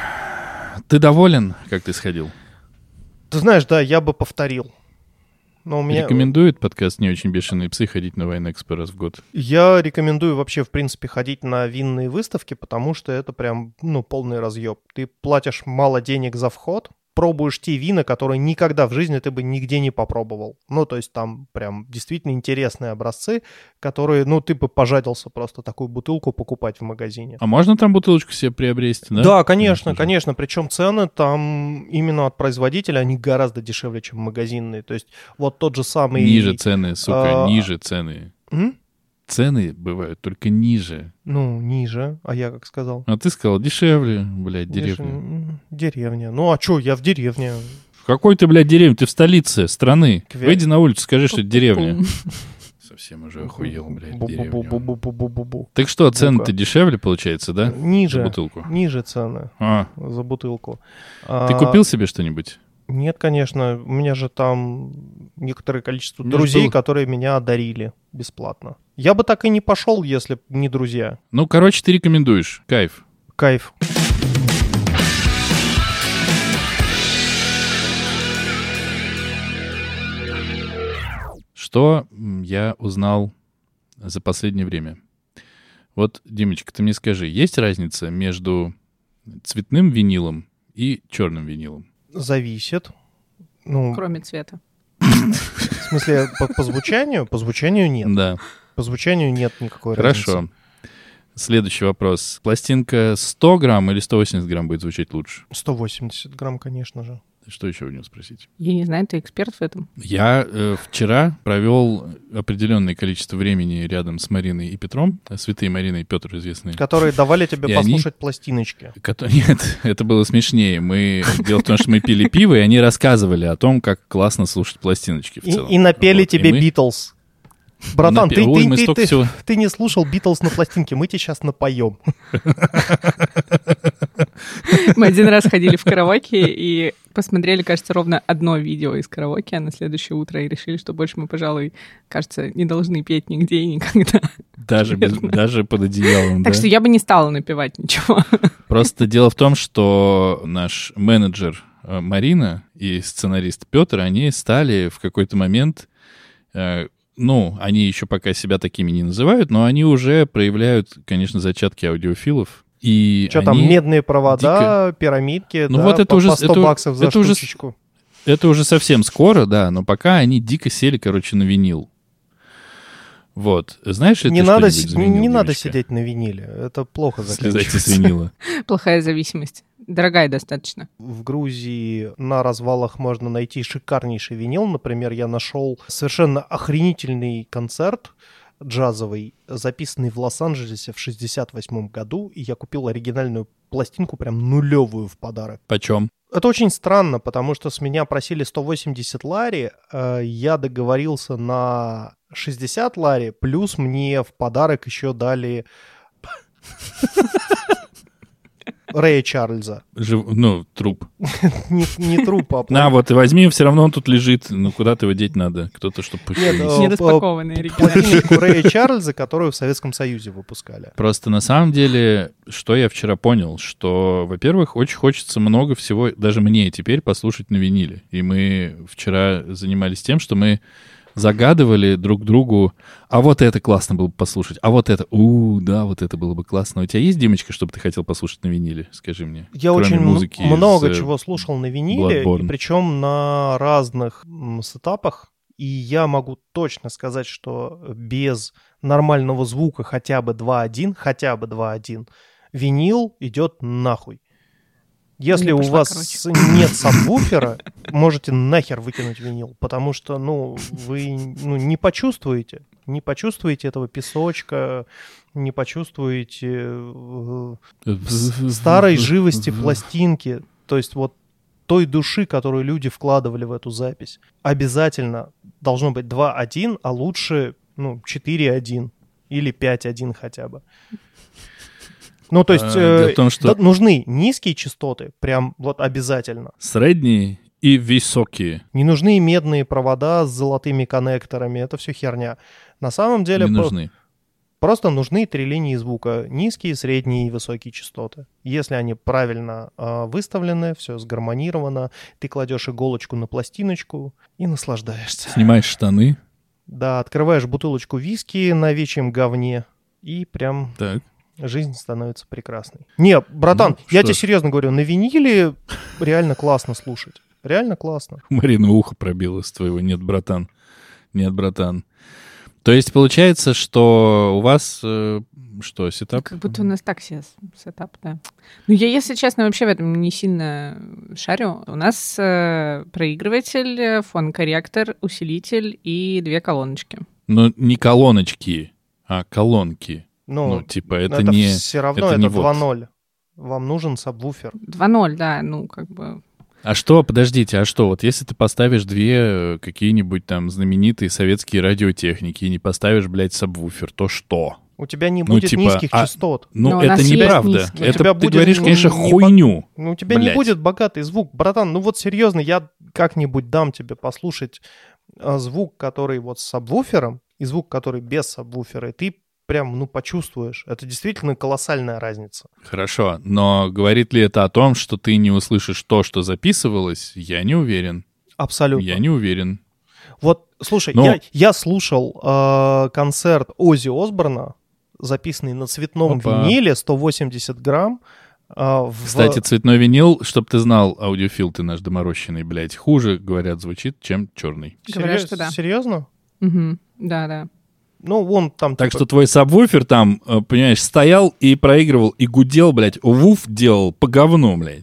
Ты доволен, как ты сходил? Ты знаешь, да, я бы повторил. Но у меня... Рекомендует подкаст «Не очень бешеные псы» ходить на Вайнэкспо раз в год? Я рекомендую вообще, в принципе, ходить на винные выставки, потому что это прям, ну, полный разъеб. Ты платишь мало денег за вход, пробуешь те вина, которые никогда в жизни ты бы нигде не попробовал. Ну, то есть там прям действительно интересные образцы, которые, ну, ты бы пожадился просто такую бутылку покупать в магазине. А можно там бутылочку себе приобрести, да? Да, конечно, же. конечно. Причем цены там именно от производителя, они гораздо дешевле, чем магазинные. То есть вот тот же самый... Ниже цены, сука, а, ниже цены. М? Цены бывают только ниже. Ну, ниже. А я как сказал? А ты сказал дешевле, блядь, деревня. М, Деревня. Ну, а чё, я в деревне. В какой ты, блядь, деревне? Ты в столице страны. Квя- Выйди на улицу, скажи, что это деревня. Пум. Совсем уже охуел, блядь, деревню. Бу-бу-бу-бу-бу-бу-бу-бу. Так что, цены-то Бука. дешевле, получается, да? За Ниже. бутылку. Ниже цены А, за бутылку. ты А, купил себе что-нибудь? Нет, конечно. У меня же там некоторое количество Мне друзей, было... которые меня одарили бесплатно. Я бы так и не пошел, если б не друзья. Ну, короче, ты рекомендуешь. Кайф. Кайф. Что я узнал за последнее время? Вот, Димочка, ты мне скажи, есть разница между цветным винилом и черным винилом? Зависит. Ну, Кроме цвета. в смысле, по, по звучанию? По звучанию нет. Да. По звучанию нет никакой Хорошо. разницы. Следующий вопрос. Пластинка сто грамм или сто восемьдесят грамм будет звучать лучше? сто восемьдесят грамм, конечно же. Что еще у него спросить? Я не знаю, ты эксперт в этом. Я э, вчера провел определенное количество времени рядом с Мариной и Петром, э, святые Марина и Петр известные. Которые давали тебе И послушать они... пластиночки. Кото... Нет, это было смешнее. Мы... Дело в том, что мы пили пиво, и они рассказывали о том, как классно слушать пластиночки в И, целом. и напели вот. тебе и мы... Битлз. Братан, Напе... ты, Ой, ты, мы ты, ты, всего... ты не слушал Битлз на пластинке, мы тебе сейчас напоем. Мы один раз ходили в караоке и посмотрели, кажется, ровно одно видео из караоке, а на следующее утро и решили, что больше мы, пожалуй, кажется, не должны петь нигде и никогда. Даже, без... Даже под одеялом, Так да? что я бы не стала напевать ничего. Просто дело в том, что наш менеджер Марина и сценарист Петр, они стали в какой-то момент... Ну, они еще пока себя такими не называют, но они уже проявляют, конечно, зачатки аудиофилов. И что там, медные провода, дико... пирамидки, ну, да, вот это по, уже, по сто это, баксов за это штучечку. Уже, это уже совсем скоро, да, но пока они дико сели, короче, на винил. Вот. Знаешь, это не надо, с... заменил, не девочка? надо сидеть на виниле, это плохо заканчивается. Слезайте с винила. Плохая зависимость. Дорогая достаточно. В Грузии на развалах можно найти шикарнейший винил. Например, я нашел совершенно охренительный концерт джазовый, записанный в Лос-Анджелесе в шестьдесят восьмом году, и я купил оригинальную пластинку, прям нулевую в подарок. Почем? Это очень странно, потому что с меня просили сто восемьдесят лари, э, я договорился на шестьдесят лари, плюс мне в подарок еще дали Рэя Чарльза. Жив... Ну, труп. не, не труп, а... На, вот, и возьми, все равно он тут лежит. Ну, куда-то его деть надо. Кто-то, чтобы Нет, не распакованный оригинал. Пластинку Рэя Чарльза, которую в Советском Союзе выпускали. Просто на самом деле, что я вчера понял, что, во-первых, очень хочется много всего, даже мне теперь, послушать на виниле. И мы вчера занимались тем, что мы загадывали друг другу, а вот это классно было бы послушать, а вот это, у, да, вот это было бы классно. У тебя есть, Димочка, что бы ты хотел послушать на виниле? Скажи мне. Я Кроме очень музыки много из, чего слушал на виниле, и причем на разных м, сетапах, и я могу точно сказать, что без нормального звука хотя бы два один, хотя бы два один, винил идет нахуй. Если у вас короче. нет сабвуфера, можете нахер выкинуть винил, потому что, ну, вы ну, не почувствуете, не почувствуете этого песочка, не почувствуете э, старой живости пластинки, то есть вот той души, которую люди вкладывали в эту запись. Обязательно должно быть два один, а лучше, ну, четыре один или пять один хотя бы. Ну, то есть э, том, что... нужны низкие частоты, прям вот обязательно. Средние и высокие. Не нужны медные провода с золотыми коннекторами, это все херня. На самом деле Не нужны. Просто нужны три линии звука, низкие, средние и высокие частоты. Если они правильно э, выставлены, все сгармонировано, ты кладешь иголочку на пластиночку и наслаждаешься. Снимаешь штаны. Да, открываешь бутылочку виски на овечьем говне и прям... Так. Жизнь становится прекрасной. Не, братан, ну, я тебе серьезно говорю, на виниле реально классно слушать. Реально классно. Марина ухо пробила с твоего. Нет, братан. Нет, братан. То есть получается, что у вас э, что, сетап? Как будто у нас так себе сетап, да. Ну, я, если честно, вообще в этом не сильно шарю. У нас э, проигрыватель, фон-корректор, усилитель и две колоночки. Ну, не колоночки, а колонки. Ну, ну, типа, это, это не... все равно это, это два ноль. Вот. Вам нужен сабвуфер. два ноль, да, ну, как бы... А что, подождите, а что, вот если ты поставишь две какие-нибудь там знаменитые советские радиотехники и не поставишь, блядь, сабвуфер, то что? У тебя не Ну, будет типа, низких а- частот. Ну, Но у это нас есть неправда. низкие. Это У тебя ты будет говоришь, не- конечно, не хуйню. Ну, у тебя не Блядь. будет богатый звук. Братан, ну вот серьезно, я как-нибудь дам тебе послушать а, звук, который вот с сабвуфером, и звук, который без сабвуфера, и ты прям, ну, почувствуешь. Это действительно колоссальная разница. Хорошо, но говорит ли это о том, что ты не услышишь то, что записывалось? Я не уверен. Абсолютно. Я не уверен. Вот, слушай, Но- я, я слушал э, концерт Оззи Осборна, записанный на цветном Опа. виниле, сто восемьдесят грамм. э, в- Кстати, цветной винил, чтоб ты знал, аудиофил ты наш доморощенный, блядь, хуже, говорят, звучит, чем черный. Говорят, Серьез- что да. Серьезно? Мгм. Да, да. Ну, он там... Так типа, что твой сабвуфер там, э, понимаешь, стоял и проигрывал, и гудел, блядь, вуф делал по говну, блядь.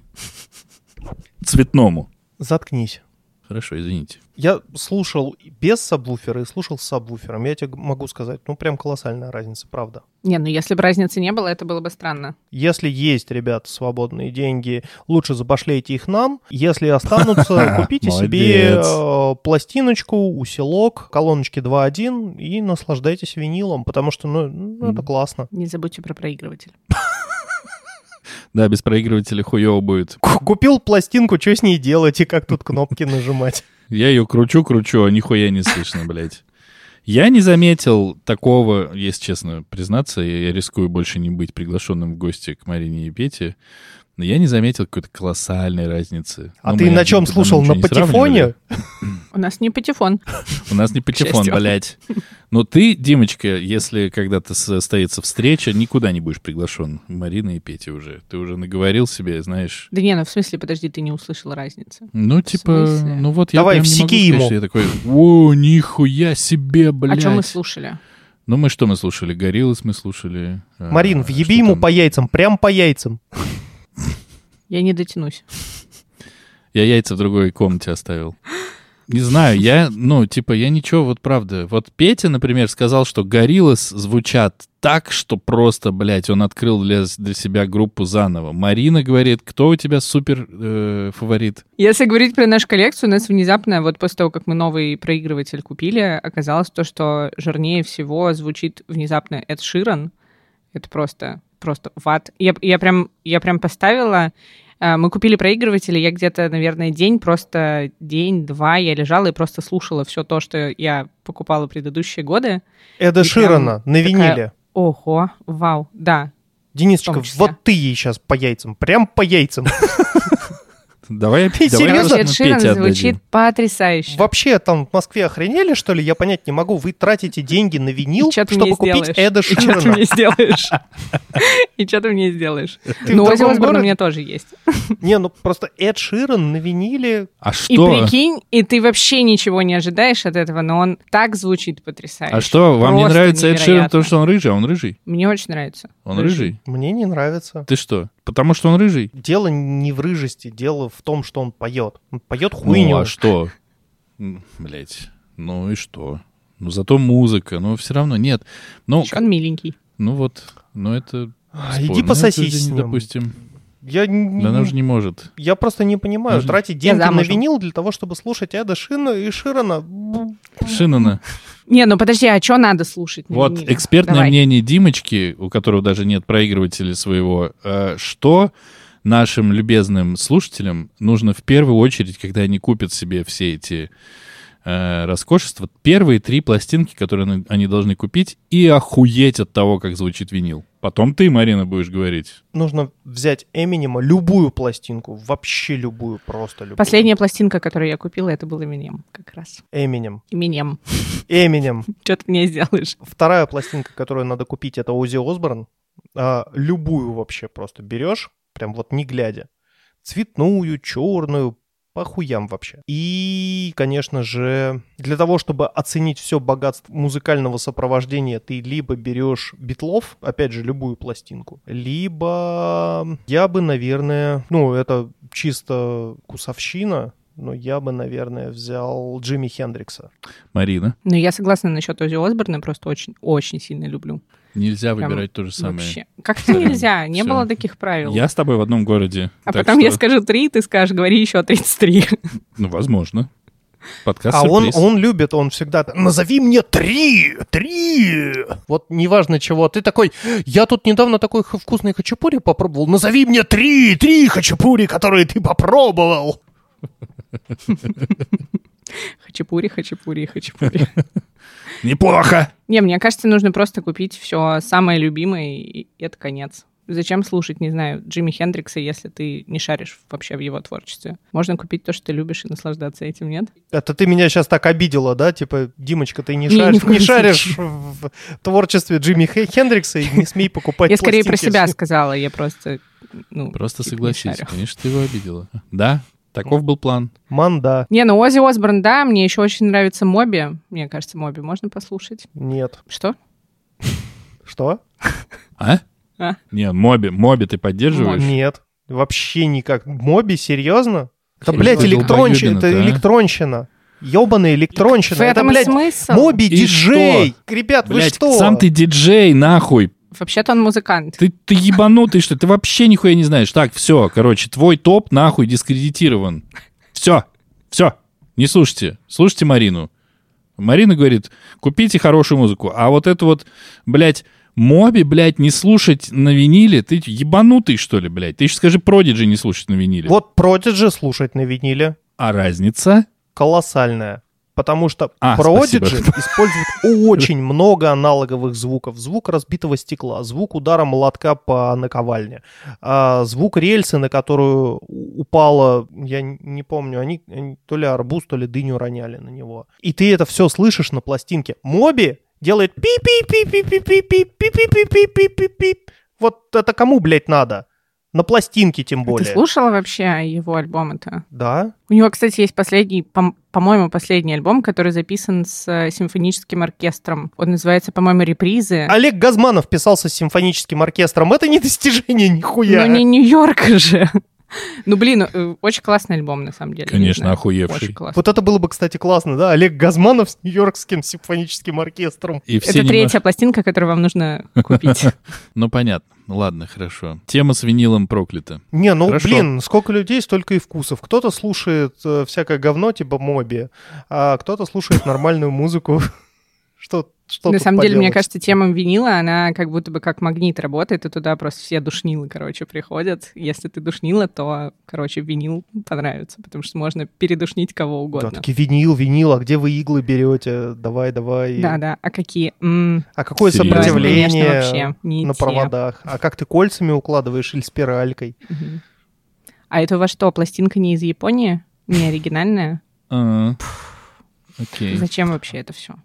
Цветному. Заткнись. Хорошо, извините. Я слушал без сабвуфера и слушал с сабвуфером. Я тебе могу сказать, ну, прям колоссальная разница, правда. Не, ну если бы разницы не было, это было бы странно. Если есть, ребята, свободные деньги, лучше забашляйте их нам. Если останутся, купите себе Молодец. э, пластиночку, усилок, колоночки два один и наслаждайтесь винилом, потому что, ну, ну, это классно. Не забудьте про проигрыватель. Да, без проигрывателя хуёво будет. К- Купил пластинку, что с ней делать и как тут кнопки нажимать? Я ее кручу-кручу, а нихуя не слышно, блядь. Я не заметил такого, если честно признаться, я, я рискую больше не быть приглашенным в гости к Марине и Пете, но я не заметил какой-то колоссальной разницы. А Ну, ты мы на чем тогда слушал? ничего На не патефоне? сравнивали. У нас не патефон. У нас не патефон, счастью. блядь. Но ты, Димочка, если когда-то состоится встреча, никуда не будешь приглашен. Марина и Петя уже. Ты уже наговорил себе, знаешь. Да не, ну в смысле, подожди, ты не услышал разницы. Ну, типа, смысле? ну вот я Давай, прям не могу всеки сказать, ему. что я такой, о, нихуя себе, блядь. А что мы слушали? Ну, мы что мы слушали? Гориллас мы слушали. а, Марин, что въеби ему там? по яйцам, прям по яйцам. Я не дотянусь. Я яйца в другой комнате оставил. Не знаю, я, ну, типа, я ничего, вот правда. Вот Петя, например, сказал, что Гориллас звучат так, что просто, блядь, он открыл для, для себя группу заново. Марина говорит, кто у тебя супер э, фаворит? Если говорить про нашу коллекцию, у нас внезапно, вот после того, как мы новый проигрыватель купили, оказалось то, что жирнее всего звучит внезапно Эд Ширан. Это просто, просто в ад. Я, я, прям, я прям поставила... э, Мы купили проигрыватель, и я где-то, наверное, день, просто день-два я лежала и просто слушала все то, что я покупала предыдущие годы. Эда И Ширана прям на такая, виниле. Ого, вау, да. Денисочка, в том числе. вот ты ей сейчас по яйцам, прям по яйцам. Давай, Ты давай серьезно? мы Эд Ширан Пете звучит отдадим. потрясающе. Вообще там в Москве охренели, что ли? Я понять не могу. Вы тратите деньги на винил, И чё ты чтобы мне купить сделаешь? Эда И что ты Ширана. мне сделаешь? И что ты мне сделаешь? Ты Ну, в Оззи другом Осборн у городе? меня тоже есть. Не, ну просто Эд Ширан на виниле. А И что? прикинь, и ты вообще ничего не ожидаешь от этого, но он так звучит потрясающе. А что, вам не Просто нравится Эд Ширан, невероятно. потому что он рыжий, а он рыжий? Мне очень нравится. Он рыжий? Мне не нравится. Ты что? Потому что он рыжий? Дело не в рыжести, дело в том, что он поет. Он поет хуйню. Ну, а что? Блять, ну и что? Ну, зато музыка, но все равно нет. Ну, Ещё он миленький. ну вот, ну это... А, иди спорное пососись с утверждение, ним. допустим. Я, не- Да она уже не может. я просто не понимаю, Нужно- тратить деньги на замужем. винил для того, чтобы слушать Эда Шина и Ширана. Шинана. Не, ну подожди, а что надо слушать? на Вот виниле? экспертное Давай. мнение Димочки, у которого даже нет проигрывателя своего, э, что нашим любезным слушателям нужно в первую очередь, когда они купят себе все эти э, роскошества, первые три пластинки, которые они- они должны купить, и охуеть от того, как звучит винил. Потом ты, Марина, будешь говорить. Нужно взять Эминема, любую пластинку, вообще любую, просто любую. Последняя пластинка, которую я купила, это был Эминем как раз. Эминем. Эминем. Эминем. Что ты мне сделаешь? Вторая пластинка, которую надо купить, это Оззи Осборн. А, любую вообще просто берешь, прям вот не глядя. Цветную, черную, по хуям вообще. И, конечно же, для того, чтобы оценить все богатство музыкального сопровождения, ты либо берешь Битлов, опять же, любую пластинку, либо я бы, наверное, ну, это чисто кусовщина, но я бы, наверное, взял Джимми Хендрикса. Марина, Ну, я согласна насчет Оззи Осборна, просто очень, очень сильно люблю. нельзя Прям выбирать то же самое. Вообще. Как-то нельзя, не Всё. было таких правил. Я с тобой в одном городе. А так потом я что- скажу три, ты скажешь, говори еще тридцать три. Ну, возможно. Подкаст А он, сюрприз. он любит, он всегда... Назови мне три! Три! Вот неважно чего. Ты такой, я тут недавно такой х- вкусный хачапури попробовал. Назови мне три! Три хачапури, которые ты попробовал! Хачапури, хачапури, хачапури. Неплохо! Не, мне кажется, нужно просто купить все самое любимое, и это конец. Зачем слушать, не знаю, Джимми Хендрикса, если ты не шаришь вообще в его творчестве? Можно купить то, что ты любишь, и наслаждаться этим, нет? Это ты меня сейчас так обидела, да? Типа, Димочка, ты не, Не, шаришь, ни в коем не шаришь случае. в творчестве Джимми Хе- Хендрикса и не смей покупать Я скорее про пластинки. себя сказала, я просто... Ну, Просто типа, не согласись. шарю. Конечно, ты его обидела. Да, таков был план. Манда. Не, ну Оззи Осборн, да, мне еще очень нравится Моби. Мне кажется, Моби можно послушать. Нет. Что? Что? А? А? Не, Моби, Моби ты поддерживаешь? Нет. Вообще никак. Моби, серьезно? Это, Серьезно? блядь, электронщина. Это Долбоёбина-то, а? электронщина. Ёбаная электронщина. В Это, этом и блядь, смысл. Моби И диджей. Ребят, вы Блядь, что? сам ты диджей, нахуй. Вообще-то он музыкант. Ты, ты ебанутый, что ли? Ты вообще нихуя не знаешь. Так, все, короче, твой топ нахуй дискредитирован. Все, все, не слушайте. Слушайте Марину. Марина говорит, купите хорошую музыку. А вот это вот, блядь, Моби, блядь, не слушать на виниле? Ты ебанутый, что ли, блядь? Ты еще скажи Продиджи не слушать на виниле. Вот Продиджи слушать на виниле А разница? колоссальная. Потому что А, Продиджи спасибо. использует очень много аналоговых звуков. Звук разбитого стекла, звук удара молотка по наковальне, а, звук рельсы, на которую у- упала, я н- не помню, они, они то ли арбуз, то ли дыню роняли на него. И ты это все слышишь на пластинке. Моби делает пи-пи-пи-пи-пи-пи-пи-пи-пи-пи-пи-пи. Вот это кому, блядь, надо? На пластинке тем Ты более. слушала вообще его альбомы-то? Да. У него, кстати, есть последний, по- по-моему, последний альбом, который записан с э, симфоническим оркестром. Он называется, по-моему, «Репризы». Олег Газманов писался с симфоническим оркестром. Это не достижение нихуя. Ну, не Нью-Йорк же. Ну, блин, э, очень классный альбом, на самом деле. не Конечно, знаю. охуевший. Очень классный. Вот это было бы, кстати, классно, да? Олег Газманов с Нью-Йоркским симфоническим оркестром. И все Это немножко- третья пластинка, которую вам нужно купить. Ну, понятно. Ладно, хорошо. Тема с винилом проклята. Не, ну, Хорошо. блин, сколько людей, столько и вкусов. Кто-то слушает э, всякое говно, типа Моби, а кто-то слушает нормальную музыку. Что, что На тут самом деле, мне поделать? кажется, тема винила, она как будто бы как магнит работает, и туда просто все душнилы, короче, приходят. Если ты душнила, то, короче, винил понравится, потому что можно передушнить кого Да, угодно. такие винил, винил, а где вы иглы берете? Давай, давай. Да-да, а какие? М, А какое Серьезно? сопротивление конечно, вообще не на те. проводах? А как ты кольцами укладываешь или спиралькой? Мгм. А это у вас что, пластинка не из Японии? Не оригинальная? А, Окей. Зачем вообще это все?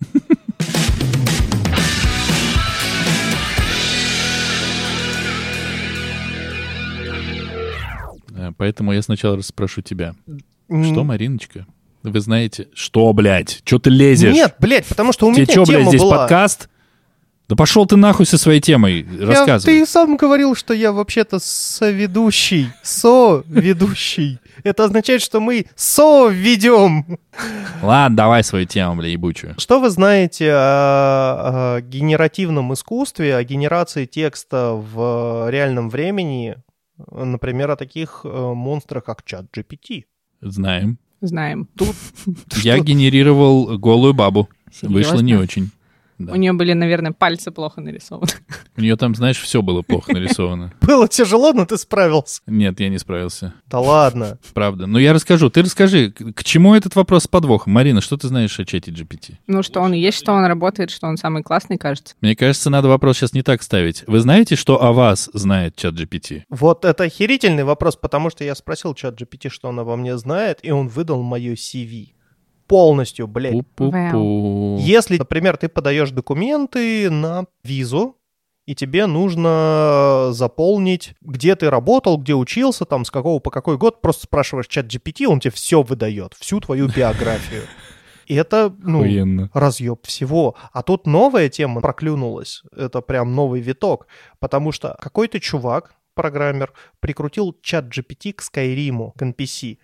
А, Поэтому я сначала расспрошу тебя. М, Что, Мариночка? Вы знаете... Что, блядь? Че ты лезешь? Нет, блядь, потому что у Тебе меня что, тема блядь, здесь была. подкаст? Да пошел ты нахуй со своей темой. Я- Рассказывай. ты сам говорил, что я вообще-то соведущий. Со-ведущий. Это означает, что мы со-ведем. Ладно, давай свою тему, бля, ебучую. Что вы знаете о, о генеративном искусстве, о генерации текста в реальном времени, например, о таких э, монстрах, как чат джи пи ти? Знаем. Знаем. Я генерировал голую бабу. Вышло не Серьезно? очень. Да. У нее были, наверное, пальцы плохо нарисованы. У нее там, знаешь, все было плохо нарисовано. Было тяжело, но ты справился. Нет, я не справился. Да ладно. Правда. Но я расскажу. Ты расскажи, к к чему этот вопрос с подвохом? Марина, что ты знаешь о чате джи пи ти? Ну, что он и есть, что он работает, что он самый классный, кажется. Мне кажется, надо вопрос сейчас не так ставить. Вы знаете, что о вас знает чат джи пи ти? Вот это охерительный вопрос, потому что я спросил чат джи пи ти, что он обо мне знает, и он выдал мое си ви. Полностью, блядь. Пу-пу-пу. Если, например, ты подаешь документы на визу, и тебе нужно заполнить, где ты работал, где учился, там, с какого по какой год, просто спрашиваешь чат джи пи ти, он тебе все выдает, всю твою биографию. И это, ну, Охуенно. разъеб всего. А тут новая тема проклюнулась. Это прям новый виток. Потому что какой-то чувак, программер, прикрутил чат джи пи ти к Skyrim, к эн пи си.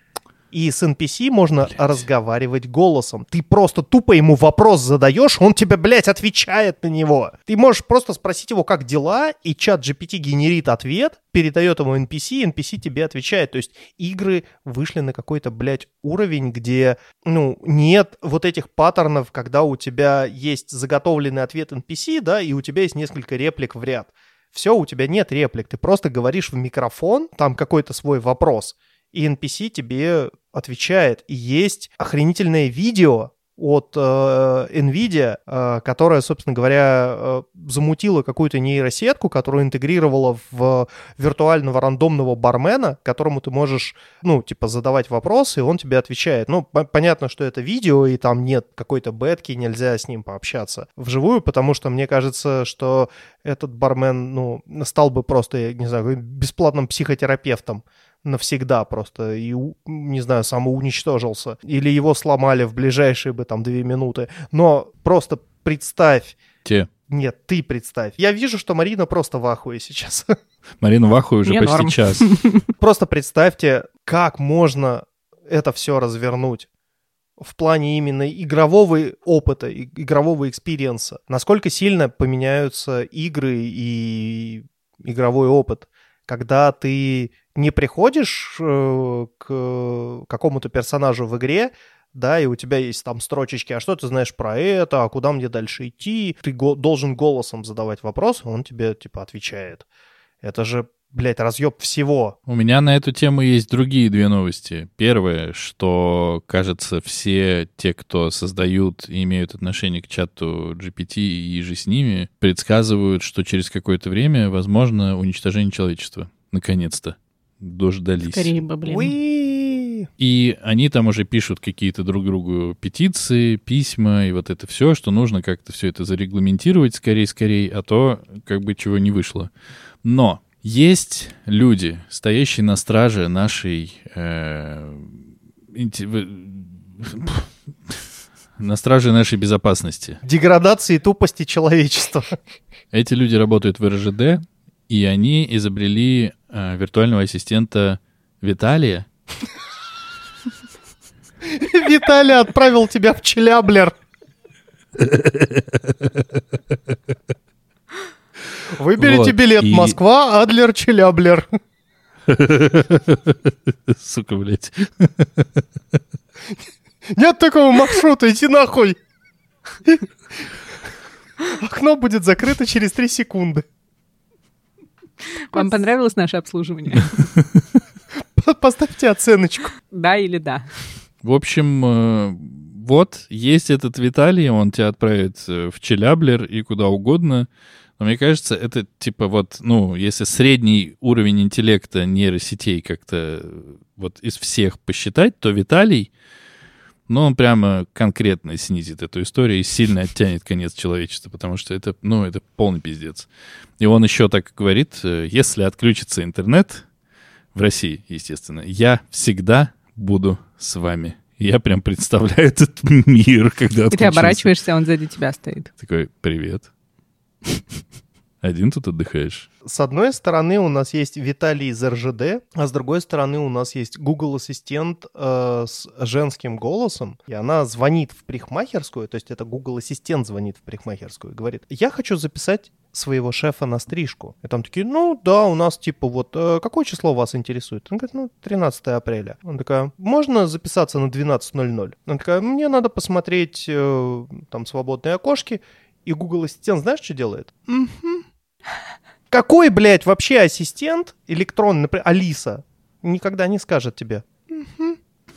И с эн пи си можно блядь. разговаривать голосом. Ты просто тупо ему вопрос задаешь, он тебе, блядь, отвечает на него. Ты можешь просто спросить его, как дела, и чат джи пи ти генерит ответ, передает ему эн пи си, эн пи си тебе отвечает. То есть игры вышли на какой-то, блядь, уровень, где, ну, нет вот этих паттернов, когда у тебя есть заготовленный ответ эн пи си, да, и у тебя есть несколько реплик в ряд. Все, у тебя нет реплик, ты просто говоришь в микрофон, там какой-то свой вопрос, и эн пи си тебе отвечает. И есть охренительное видео от э, NVIDIA, э, которая, собственно говоря, э, замутила какую-то нейросетку, которую интегрировала в виртуального рандомного бармена, которому ты можешь, ну, типа, задавать вопросы, и он тебе отвечает. Ну, по- понятно, что это видео, и там нет какой-то бетки, нельзя с ним пообщаться вживую, потому что мне кажется, что этот бармен, ну, стал бы просто, я не знаю, бесплатным психотерапевтом навсегда просто и, не знаю, самоуничтожился. Или его сломали в ближайшие бы там две минуты. Но просто представь... Те. Нет, ты представь. Я вижу, что Марина просто в ахуе сейчас. Марина в ахуе уже Мне почти норм. час. Просто представьте, как можно это все развернуть в плане именно игрового опыта, и- игрового экспириенса. Насколько сильно поменяются игры и игровой опыт, когда ты не приходишь э, к какому-то персонажу в игре, да, и у тебя есть там строчечки, а что ты знаешь про это, а куда мне дальше идти? Ты го- должен голосом задавать вопрос, он тебе, типа, отвечает. Это же, блядь, разъеб всего. У меня на эту тему есть другие две новости. Первое, что, кажется, все те, кто создают и имеют отношение к чату джи пи ти и же с ними, предсказывают, что через какое-то время возможно уничтожение человечества. Наконец-то. Дождались. Скорее бы, блин. Уи! И они там уже пишут какие-то друг другу петиции, письма и вот это все, что нужно как-то все это зарегламентировать скорее-скорее, а то как бы чего не вышло. Но есть люди, стоящие на страже нашей... э, инте- в- на страже нашей безопасности. Деградации и тупости человечества. Эти люди работают в эр жэ дэ, и они изобрели э, виртуального ассистента Виталия. Виталий отправил тебя в Челяблер. Выберите Вот, билет и- Москва, Адлер, Челяблер. Сука, блядь. Нет такого маршрута, иди нахуй. Окно будет закрыто через три секунды. Вам понравилось наше обслуживание? Поставьте оценочку. Да или да? В общем, э, вот, есть этот Виталий, он тебя отправит э, в Челяблер и куда угодно. Но мне кажется, это типа вот, ну, если средний уровень интеллекта нейросетей как-то э, вот из всех посчитать, то Виталий, ну, он прямо конкретно снизит эту историю и сильно оттянет конец человечества, потому что это, ну, это полный пиздец. И он еще так говорит, э, если отключится интернет, в России, естественно, я всегда буду с вами. Я прям представляю этот мир, когда И ты отключился. оборачиваешься, а он сзади тебя стоит. Такой, привет. Один тут отдыхаешь? С одной стороны у нас есть Виталий из эр жэ дэ, а с другой стороны у нас есть Google Ассистент э, с женским голосом, и она звонит в парикмахерскую, то есть это Google Ассистент звонит в парикмахерскую и говорит, я хочу записать своего шефа на стрижку. И там такие, ну да, у нас типа вот, э, какое число вас интересует? Он говорит, ну, тринадцатое апреля. Он такая, можно записаться на двенадцать ноль ноль? Она такая, мне надо посмотреть э, там свободные окошки. И Google Ассистент знаешь, что делает? Угу. Какой, блядь, вообще ассистент электронный, например, Алиса, никогда не скажет тебе. Угу.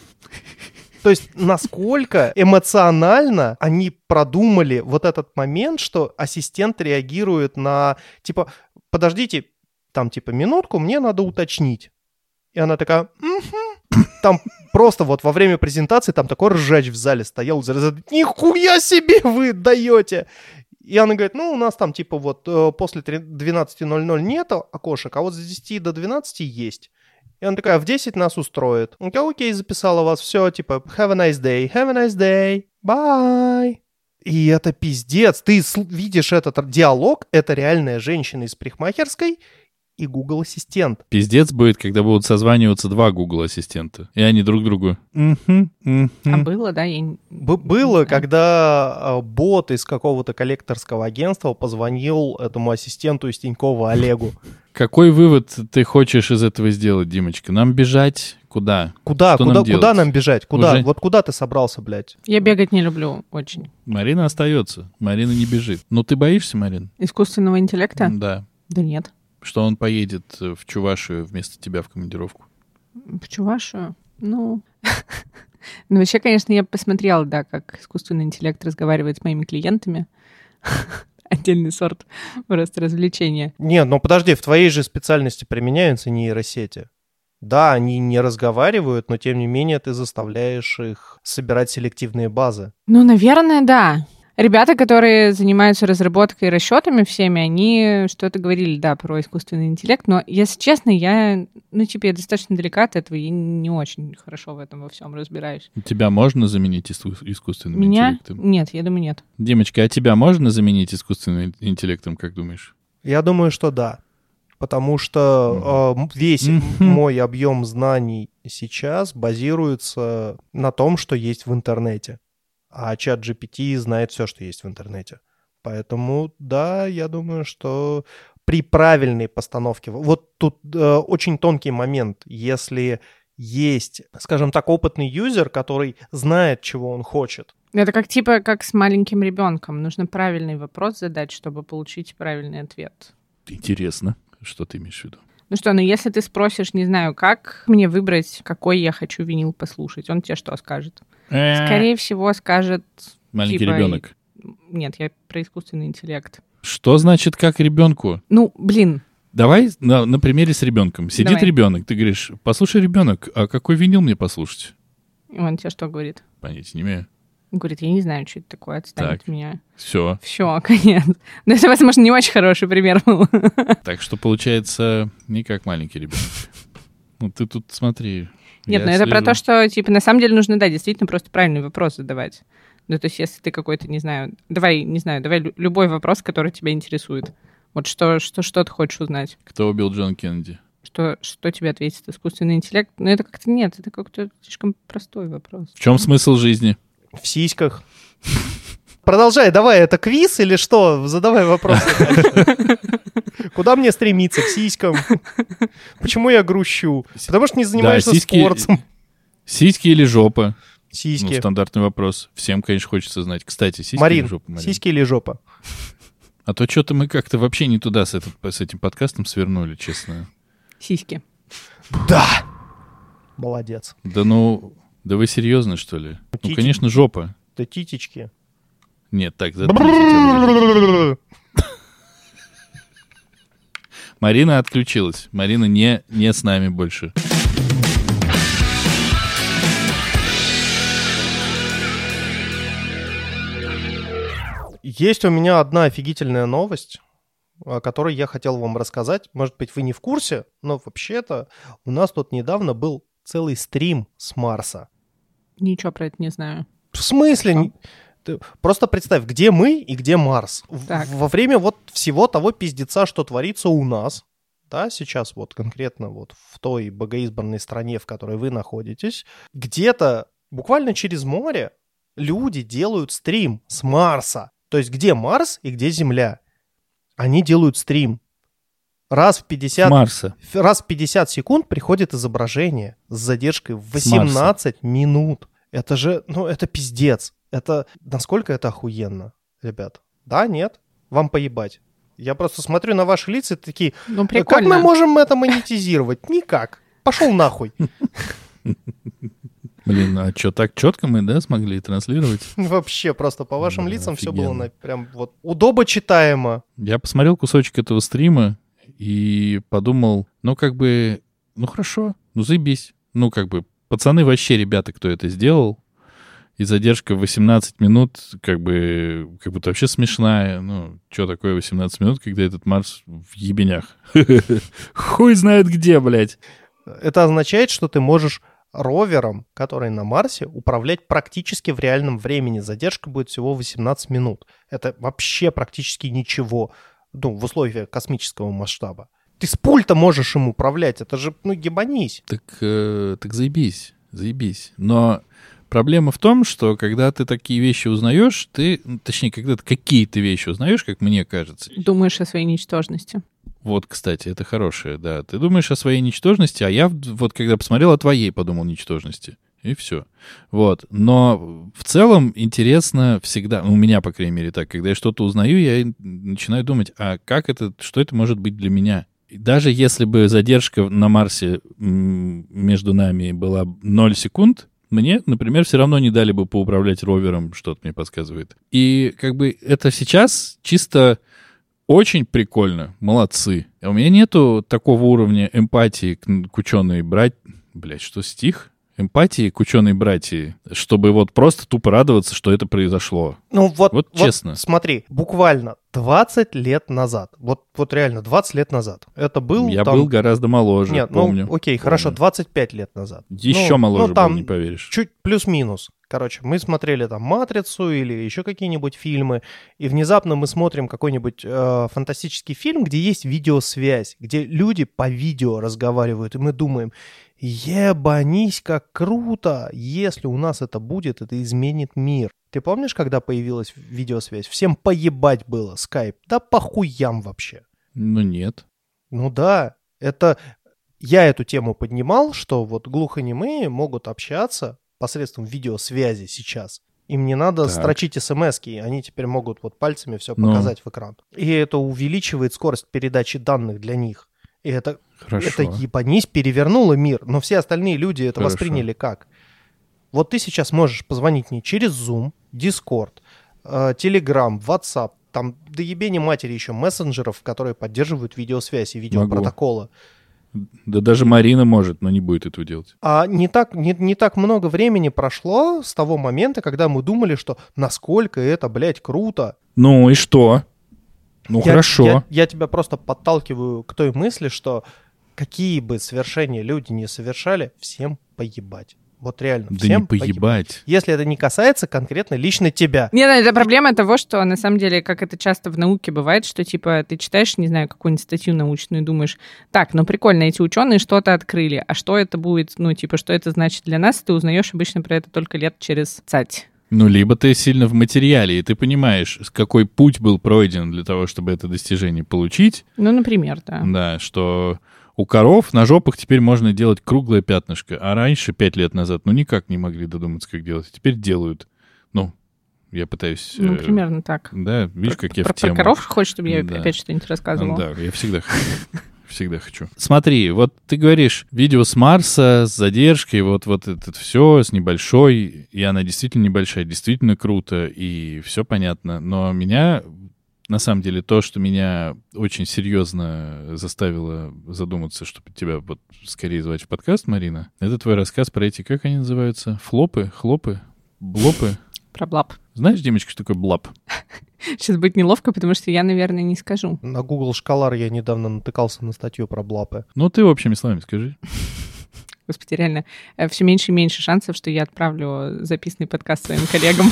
То есть насколько эмоционально они продумали вот этот момент, что ассистент реагирует на, типа, подождите, там, типа, минутку, мне надо уточнить. И она такая, угу. Там просто вот во время презентации там такой ржач в зале стоял, нихуя себе вы даете! И она говорит, ну, у нас там, типа, вот после двенадцать ноль ноль нет окошек, а вот с десяти до двенадцати есть. И она такая, в десять нас устроит. Он такая, окей, записала вас, все, типа, have a nice day, have a nice day, bye. И это пиздец. Ты видишь этот диалог, это реальная женщина из парикмахерской, и Google Ассистент. Пиздец будет, когда будут созваниваться два Google Ассистента, и они друг другу... «Мгм, мгм». А было, да? Я... Б- было, когда а, бот из какого-то коллекторского агентства позвонил этому ассистенту из Тинькова Олегу. Какой вывод ты хочешь из этого сделать, Димочка? Нам бежать куда? Куда? Что Куда, нам куда делать? нам бежать? Куда? Уже? Вот куда ты собрался, блядь? Я бегать не люблю очень. Марина остается. Марина не бежит. Ну, ты боишься, Марин? Искусственного интеллекта? Да. Да нет. Что он поедет в Чувашию вместо тебя в командировку. В Чувашию? Ну... Ну, вообще, конечно, я посмотрела, да, как искусственный интеллект разговаривает с моими клиентами. Отдельный сорт просто развлечения. Нет, ну подожди, в твоей же специальности применяются нейросети. Да, они не разговаривают, но тем не менее ты заставляешь их собирать селективные базы. Ну, наверное, да. Ребята, которые занимаются разработкой и расчетами всеми, они что-то говорили, да, про искусственный интеллект, но, если честно, я, ну, типа, я достаточно далека от этого, я не очень хорошо в этом во всем разбираюсь. Тебя можно заменить иску- искусственным Меня? интеллектом? Нет, я думаю, нет. Димочка, а тебя можно заменить искусственным интеллектом, как думаешь? Я думаю, что да. Потому что э, весь Мгм. мой объем знаний сейчас базируется на том, что есть в интернете. А чат джи пи ти знает все, что есть в интернете. Поэтому, да, я думаю, что при правильной постановке... Вот тут э, очень тонкий момент. Если есть, скажем так, опытный юзер, который знает, чего он хочет. Это как типа как с маленьким ребенком. Нужно правильный вопрос задать, чтобы получить правильный ответ. Интересно, что ты имеешь в виду? Ну что, ну если ты спросишь, не знаю, как мне выбрать, какой я хочу винил послушать, он тебе что скажет? Скорее всего, скажет... Маленький типа, ребенок. Нет, я про искусственный интеллект. Что значит как ребенку? Ну, блин, Давай на, на примере с ребенком. Сидит Давай. ребенок, ты говоришь, послушай, ребенок, а какой винил мне послушать? он тебе что говорит? Понятия не имею. Он говорит, я не знаю, что это такое, отстань Так. от меня. Все. Все, конец. Ну, это, возможно, не очень хороший пример был. Так что получается не как маленький ребенок. Ну ты тут смотри. Нет, я ну это про слежу. то, что, типа, на самом деле нужно, да, действительно просто правильный вопрос задавать. Ну, то есть, если ты какой-то, не знаю, давай, не знаю, давай лю- любой вопрос, который тебя интересует. Вот что, что, что ты хочешь узнать? Кто убил Джона Кеннеди? Что, что тебе ответит искусственный интеллект? Ну, это как-то нет, это как-то слишком простой вопрос. В чем смысл жизни? В сиськах. Продолжай, давай, это квиз или что? Задавай вопросы дальше. Куда мне стремиться? К сиськам? Почему я грущу? Потому что не занимаешься Да, сиськи- спортом. Сиськи или жопа? Ну, Сиськи. стандартный вопрос. Всем, конечно, хочется знать. Кстати, сиськи или Марин, жопа, Марин? сиськи или жопа? А то что-то мы как-то вообще не туда с, этот, с этим подкастом свернули, честно. Сиськи. Да! Молодец. Да ну, да вы серьезно, что ли? Ну, Тити. конечно, жопа. Да титечки. Нет, так, заткнись, я тебя выживу. Марина отключилась. Марина не, не с нами больше. Есть у меня одна офигительная новость, о которой я хотел вам рассказать. Может быть, вы не в курсе, но вообще-то у нас тут недавно был целый стрим с Марса. Ничего про это не знаю. В смысле? Что? Не- ты просто представь, где мы и где Марс. В- Так. Во время вот всего того пиздеца, что творится у нас, да, сейчас вот конкретно вот в той богоизбранной стране, в которой вы находитесь, где-то буквально через море люди делают стрим с Марса. То есть где Марс и где Земля. Они делают стрим. Раз в С пятьдесят, Марса. раз в пятьдесят секунд приходит изображение с задержкой в С Марса. восемнадцать минут. Это же, ну, это пиздец. Это, насколько это охуенно, ребят? Да, нет? Вам поебать. Я просто смотрю на ваши лица и такие, Ну, как прикольно. мы можем это монетизировать? Никак. Пошел нахуй. Блин, а что, так четко мы, да, смогли транслировать? Вообще, просто по вашим Да, лицам все офигенно. было на- прям вот удобочитаемо. Я посмотрел кусочек этого стрима и подумал, ну, как бы, ну, хорошо, ну, заебись. Ну, как бы, пацаны вообще, ребята, кто это сделал, и задержка в восемнадцать минут, как бы, как будто вообще смешная. Ну, что такое восемнадцать минут, когда этот Марс в ебенях? Хуй знает где, блядь. Это означает, что ты можешь ровером, который на Марсе, управлять практически в реальном времени. Задержка будет всего восемнадцать минут. Это вообще практически ничего, ну, в условиях космического масштаба. Ты с пульта можешь им управлять, это же, ну, ебанись. Так, э, так заебись, заебись. Но проблема в том, что когда ты такие вещи узнаешь, ты, точнее, когда ты какие-то вещи узнаешь, как мне кажется. Думаешь о своей ничтожности. Вот, кстати, это хорошее, да. Ты думаешь о своей ничтожности, а я вот когда посмотрел о твоей, подумал ничтожности. И все. Вот. Но в целом интересно всегда, ну, у меня, по крайней мере, так, когда я что-то узнаю, я начинаю думать, а как это, что это может быть для меня? И даже если бы задержка на Марсе м, между нами была ноль секунд, мне, например, все равно не дали бы поуправлять ровером, что-то мне подсказывает. И как бы это сейчас чисто очень прикольно, молодцы. А у меня нету такого уровня эмпатии к, к ученой брать... Блядь, что, стих? Эмпатии к ученой братьи, чтобы вот просто тупо радоваться, что это произошло. Ну вот, Вот честно. Вот, смотри, буквально двадцать лет назад, вот, вот реально двадцать лет назад, это был... Я там... был гораздо моложе, Нет, помню. ну окей, помню. хорошо, двадцать пять лет назад. Еще ну, моложе ну, там был, не поверишь. Чуть плюс-минус. Короче, мы смотрели там «Матрицу» или еще какие-нибудь фильмы, и внезапно мы смотрим какой-нибудь э, фантастический фильм, где есть видеосвязь, где люди по видео разговаривают, и мы думаем, ебанись, как круто! Если у нас это будет, это изменит мир. Ты помнишь, когда появилась видеосвязь? Всем поебать было, скайп. Да похуям вообще. Ну нет. Ну да, это... Я эту тему поднимал, что вот глухонемые могут общаться посредством видеосвязи сейчас. Им не надо Так. строчить смс-ки, они теперь могут вот пальцами все Ну. показать в экран. И это увеличивает скорость передачи данных для них. И это, Хорошо. это ебанись, перевернуло мир. Но все остальные люди это Хорошо. восприняли как? Вот ты сейчас можешь позвонить мне через Zoom, Discord, э, Telegram, WhatsApp, там до ебени матери еще мессенджеров, которые поддерживают видеосвязь и видеопротоколы. Да даже Марина может, но не будет этого делать. А не так, не, не так много времени прошло с того момента, когда мы думали, что насколько это, блядь, круто. Ну и что? Ну Я- хорошо. Я, я тебя просто подталкиваю к той мысли, что какие бы свершения люди не совершали, всем поебать. Вот реально, Да всем не поебать. Если это не касается конкретно лично тебя. Не, ну, это проблема того, что на самом деле, как это часто в науке бывает, что типа ты читаешь, не знаю, какую-нибудь статью научную и думаешь, так, ну прикольно, эти ученые что-то открыли, а что это будет, ну типа, что это значит для нас, ты узнаешь обычно про это только лет через цать. Ну, либо ты сильно в материале, и ты понимаешь, какой путь был пройден для того, чтобы это достижение получить. Ну, например, да. Да, что у коров на жопах теперь можно делать круглое пятнышко, а раньше, пять лет назад, ну, никак не могли додуматься, как делать. Теперь делают. Ну, я пытаюсь... Ну, э, примерно так. Да, видишь, Про- как я про, в тему. Про коров хочешь, чтобы я Да. опять что-нибудь рассказывала? Да, я всегда хочу. Всегда хочу. Смотри, вот ты говоришь, видео с Марса, с задержкой, вот, вот это все, с небольшой, и она действительно небольшая, действительно круто, и все понятно. Но меня, на самом деле, то, что меня очень серьезно заставило задуматься, чтобы тебя вот скорее звать в подкаст, Марина, это твой рассказ про эти, как они называются? Флопы? Хлопы? Блопы? Про блаб. Знаешь, Димочка, что такое блап? Сейчас будет неловко, потому что я, наверное, не скажу. На Google Шкалар я недавно натыкался на статью про блапы. Ну, ты общими словами скажи. Господи, реально, все меньше и меньше шансов, что я отправлю записанный подкаст своим коллегам.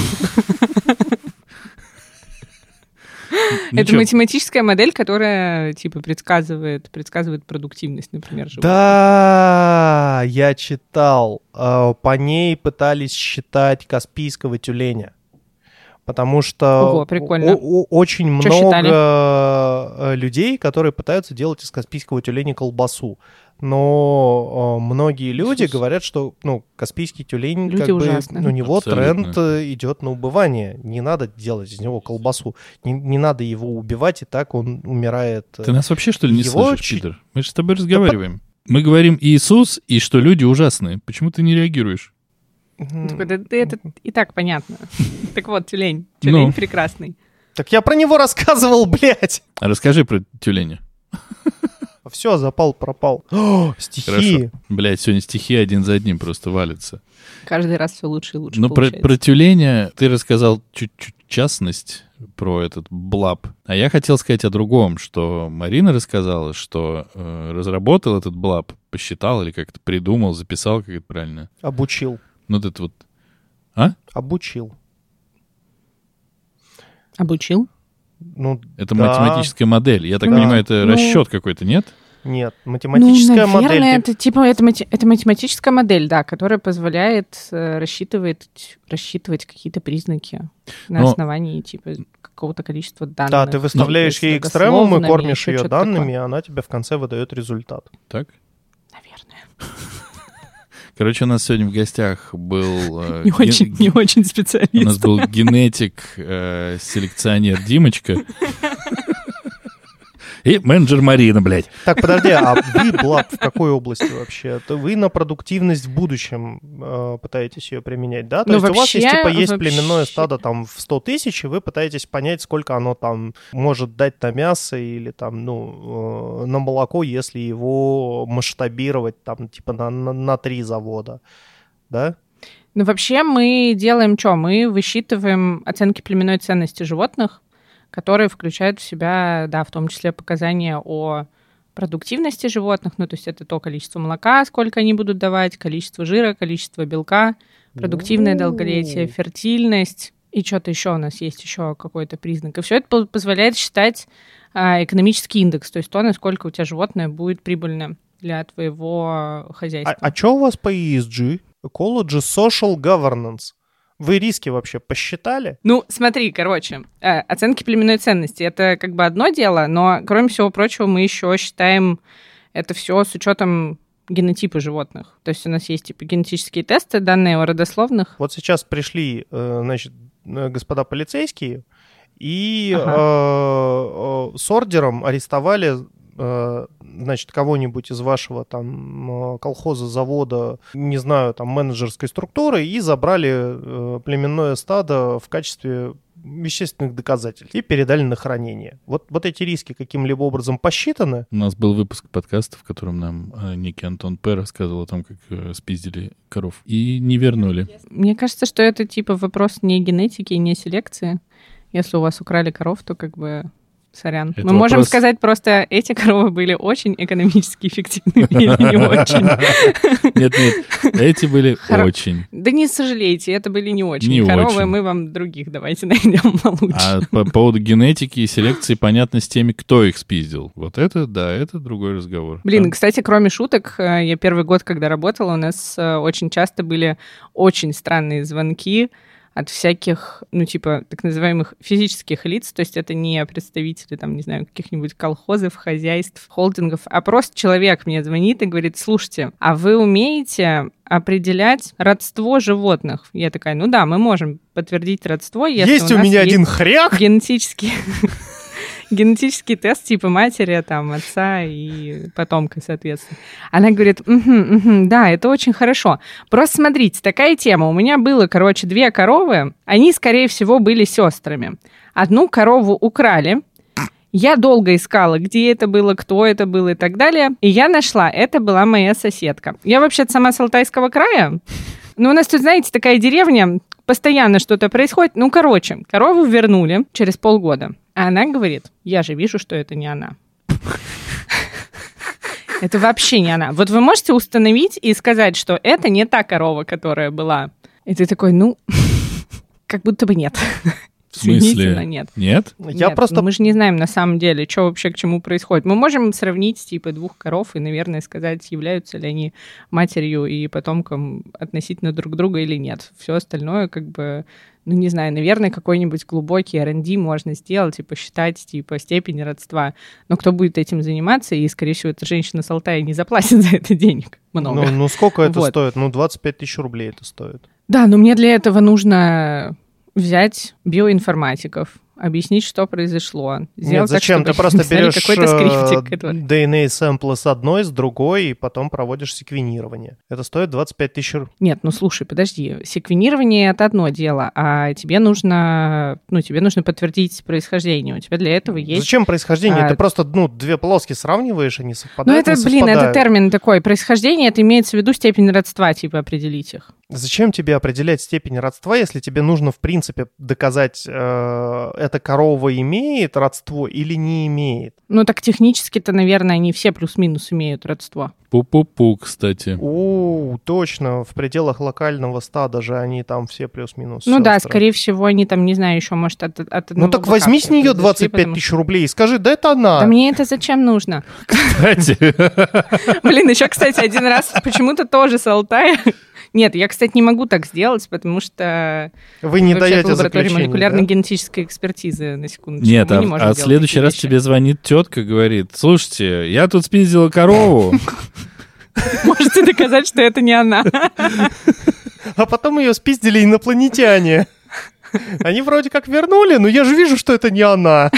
Ну Это чё, математическая модель, которая, типа, предсказывает, предсказывает продуктивность, например, животных. Да, я читал. Э, По ней пытались считать каспийского тюленя. Потому что Ого, прикольно. о- о- очень Чё много считали? э, людей, которые пытаются делать из каспийского тюленя колбасу. Но э, многие люди Иисус. говорят, что ну, каспийский тюлень, Люди как бы, ужасны. у него Абсолютно. тренд э, идет на убывание. Не надо делать из него колбасу. Не, не надо его убивать, и так он умирает. э, Ты нас вообще, что ли, не Его слышишь, чуть- Питер? Мы же с тобой разговариваем. Мы говорим Иисус и что люди ужасные. Почему ты не реагируешь? Мгм. Такой, да, да это и так понятно. Так вот, тюлень. Тюлень Ну. прекрасный. Так я про него рассказывал, блядь. А расскажи про тюленя. Все, запал, пропал. О, стихи. Хорошо. Блядь, сегодня стихи один за одним просто валятся. Каждый раз все лучше и лучше Но про, получается. про тюленя ты рассказал чуть-чуть частность про этот блаб. А я хотел сказать о другом, что Марина рассказала, что э, разработал этот блаб, посчитал или как-то придумал, записал, как это правильно. Обучил. Ну, вот это вот... А? Обучил. Обучил? Ну, Это да. математическая модель. Я так Да. понимаю, это Ну, расчет какой-то, нет? Нет, математическая ну, модель. Наверное, это типа это, мати- это математическая модель, да, которая позволяет э, рассчитывать, рассчитывать какие-то признаки на Но... основании типа какого-то количества данных. Да, ты выставляешь ей экстремумы, кормишь ее данными, и она тебе в конце выдает результат. Так? Наверное. Короче, у нас сегодня в гостях был... Э, не, ген... очень, не очень специалист. У нас был генетик, э, селекционер Димочка. И менеджер Марина, блядь. Так, подожди, а вы, Блаб, в какой области вообще? То вы на продуктивность в будущем э, пытаетесь ее применять, да? То ну, есть вообще, у вас есть, типа, есть вообще... племенное стадо там в сто тысяч, и вы пытаетесь понять, сколько оно там может дать на мясо или там, ну, э, на молоко, если его масштабировать там, типа, на, на, на три завода, да? Ну, вообще мы делаем что? Мы высчитываем оценки племенной ценности животных, которые включают в себя, да, в том числе показания о продуктивности животных, ну, то есть это то количество молока, сколько они будут давать, количество жира, количество белка, продуктивное долголетие, фертильность, и что-то еще у нас есть, еще какой-то признак. И все это позволяет считать а, экономический индекс, то есть то, насколько у тебя животное будет прибыльно для твоего хозяйства. А, а что у вас по и эс джи? Ecology Social Governance. Вы риски вообще посчитали? Ну, смотри, короче, э, оценки племенной ценности — это как бы одно дело, но, кроме всего прочего, мы еще считаем это все с учетом генотипа животных. То есть у нас есть типа генетические тесты, данные о родословных. Вот сейчас пришли, э, значит, господа полицейские и Ага. э, э, с ордером арестовали, э, значит, кого-нибудь из вашего там колхоза, завода, не знаю, там менеджерской структуры и забрали э, племенное стадо в качестве вещественных доказательств и передали на хранение. Вот, вот эти риски каким-либо образом посчитаны? У нас был выпуск подкаста, в котором нам э, некий Антон П. рассказывал о том, как э, спиздили коров. И не вернули. Мне кажется, что это типа вопрос не генетики, не селекции. Если у вас украли коров, то как бы... Сорян. Это Мы можем вопрос... сказать просто, эти коровы были очень экономически эффективными или не очень. Нет, нет, эти были очень. Да не сожалейте, это были не очень. Не Коровы очень. Мы вам других давайте найдем получше. А по поводу генетики и селекции понятно с теми, кто их спиздил. Вот это, да, это другой разговор. Блин, да? Кстати, кроме шуток, я первый год, когда работала, у нас очень часто были очень странные звонки от всяких, ну, типа, так называемых физических лиц, то есть это не представители, там, не знаю, каких-нибудь колхозов, хозяйств, холдингов, а просто человек мне звонит и говорит: слушайте, а вы умеете определять родство животных? Я такая: ну да, мы можем подтвердить родство, если есть у, у нас меня есть один хряк? Генетический... генетический тест типа матери, там, отца и потомка, соответственно. Она говорит: угу, угу, да, это очень хорошо. Просто смотрите, такая тема. У меня было, короче, две коровы. Они, скорее всего, были сестрами. Одну корову украли. Я долго искала, где это было, кто это был и так далее. И я нашла. Это была моя соседка. Я вообще-то сама с Алтайского края. Но у нас тут, знаете, такая деревня, постоянно что-то происходит. Ну, короче, корову вернули через полгода. А она говорит: я же вижу, что это не она. Это вообще не она. Вот вы можете установить и сказать, что это не та корова, которая была. И ты такой: ну, как будто бы нет. В смысле? Нет. Нет? Я Нет, просто... ну мы же не знаем на самом деле, что вообще к чему происходит. Мы можем сравнить типа двух коров и, наверное, сказать, являются ли они матерью и потомком относительно друг друга или нет. Все остальное как бы, ну не знаю, наверное, какой-нибудь глубокий эр энд ди можно сделать и посчитать типа степень родства. Но кто будет этим заниматься, и, скорее всего, эта женщина с Алтая не заплатит за это денег много. Ну, ну сколько это Вот. стоит? Ну, двадцать пять тысяч рублей это стоит. Да, но мне для этого нужно взять биоинформатиков, объяснить, что произошло. Нет, зачем? Так, Ты просто берешь какой-то скриптик. э, ди эн эй-сэмплы с одной, с другой, и потом проводишь секвенирование. Это стоит двадцать пять тысяч рублей. Нет, ну слушай, подожди. Секвенирование — это одно дело, а тебе нужно, ну, тебе нужно подтвердить происхождение. У тебя для этого есть... Зачем происхождение? А... Ты просто, ну, две полоски сравниваешь, они Ну, совпадают, это, не блин, это совпадают. термин такой. Происхождение — это имеется в виду степень родства, типа, определить их. Зачем тебе определять степень родства, если тебе нужно, в принципе, доказать э, эта корова имеет родство или не имеет? Ну так технически-то, наверное, они все плюс-минус имеют родство. Пу-пу-пу, кстати. У, точно, в пределах локального стада же они там все плюс-минус. Ну да, сестры. скорее всего, они там, не знаю, еще, может, от, от одного Ну так быка возьми с все нее произошли, двадцать пять потому тысяч что- рублей и скажи, да это она. Да мне это зачем нужно? Кстати. Блин, еще, кстати, один раз почему-то тоже с Алтая. Нет, я, кстати, не могу так сделать, потому что Вы не вообще-то даете лаборатория заключение, молекулярной да? генетической экспертизы, на секундочку. Нет, Мы а, не можем а в делать следующий такие раз вещи. тебе звонит тетка, говорит, слушайте, я тут спиздила корову. Можете доказать, что это не она. А потом ее спиздили инопланетяне. Они вроде как вернули, но я же вижу, что это не она.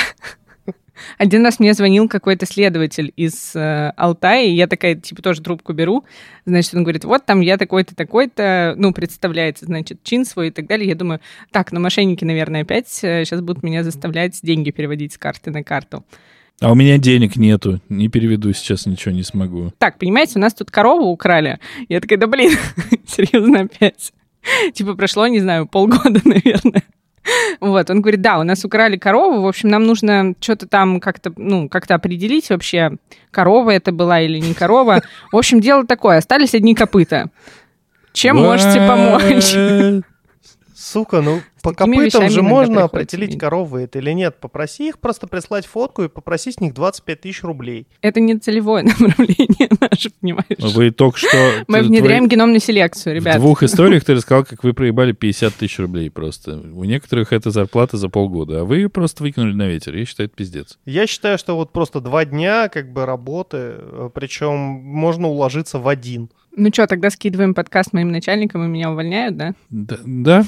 Один раз мне звонил какой-то следователь из э, Алтая, и я такая, типа, тоже трубку беру. Значит, он говорит, вот там я такой-то, такой-то, ну, представляется, значит, чин свой и так далее. Я думаю, так, ну, мошенники, наверное, опять э, сейчас будут меня заставлять деньги переводить с карты на карту. А у меня денег нету, не переведу сейчас, ничего не смогу. Так, понимаете, у нас тут корову украли. Я такая, да блин, серьезно опять. Типа прошло, не знаю, полгода, наверное. Вот, он говорит, да, у нас украли корову, в общем, нам нужно что-то там как-то, ну, как-то определить вообще, корова это была или не корова. В общем, дело такое, остались одни копыта. Чем можете помочь? Сука, ну по такими копытам вещами же иногда можно приходится определить, видеть. коровы это или нет. Попроси их просто прислать фотку и попроси с них двадцать пять тысяч рублей. Это не целевое направление наше, понимаешь? Вы только что... Мы ты- внедряем твои- геномную селекцию, ребят. В двух историях ты рассказал, как вы проебали пятьдесят тысяч рублей просто. У некоторых это зарплата за полгода, а вы ее просто выкинули на ветер. Я считаю, это пиздец. Я считаю, что вот просто два дня как бы работы, причем можно уложиться в один. Ну что, тогда скидываем подкаст моим начальникам, и меня увольняют, да? Да, да,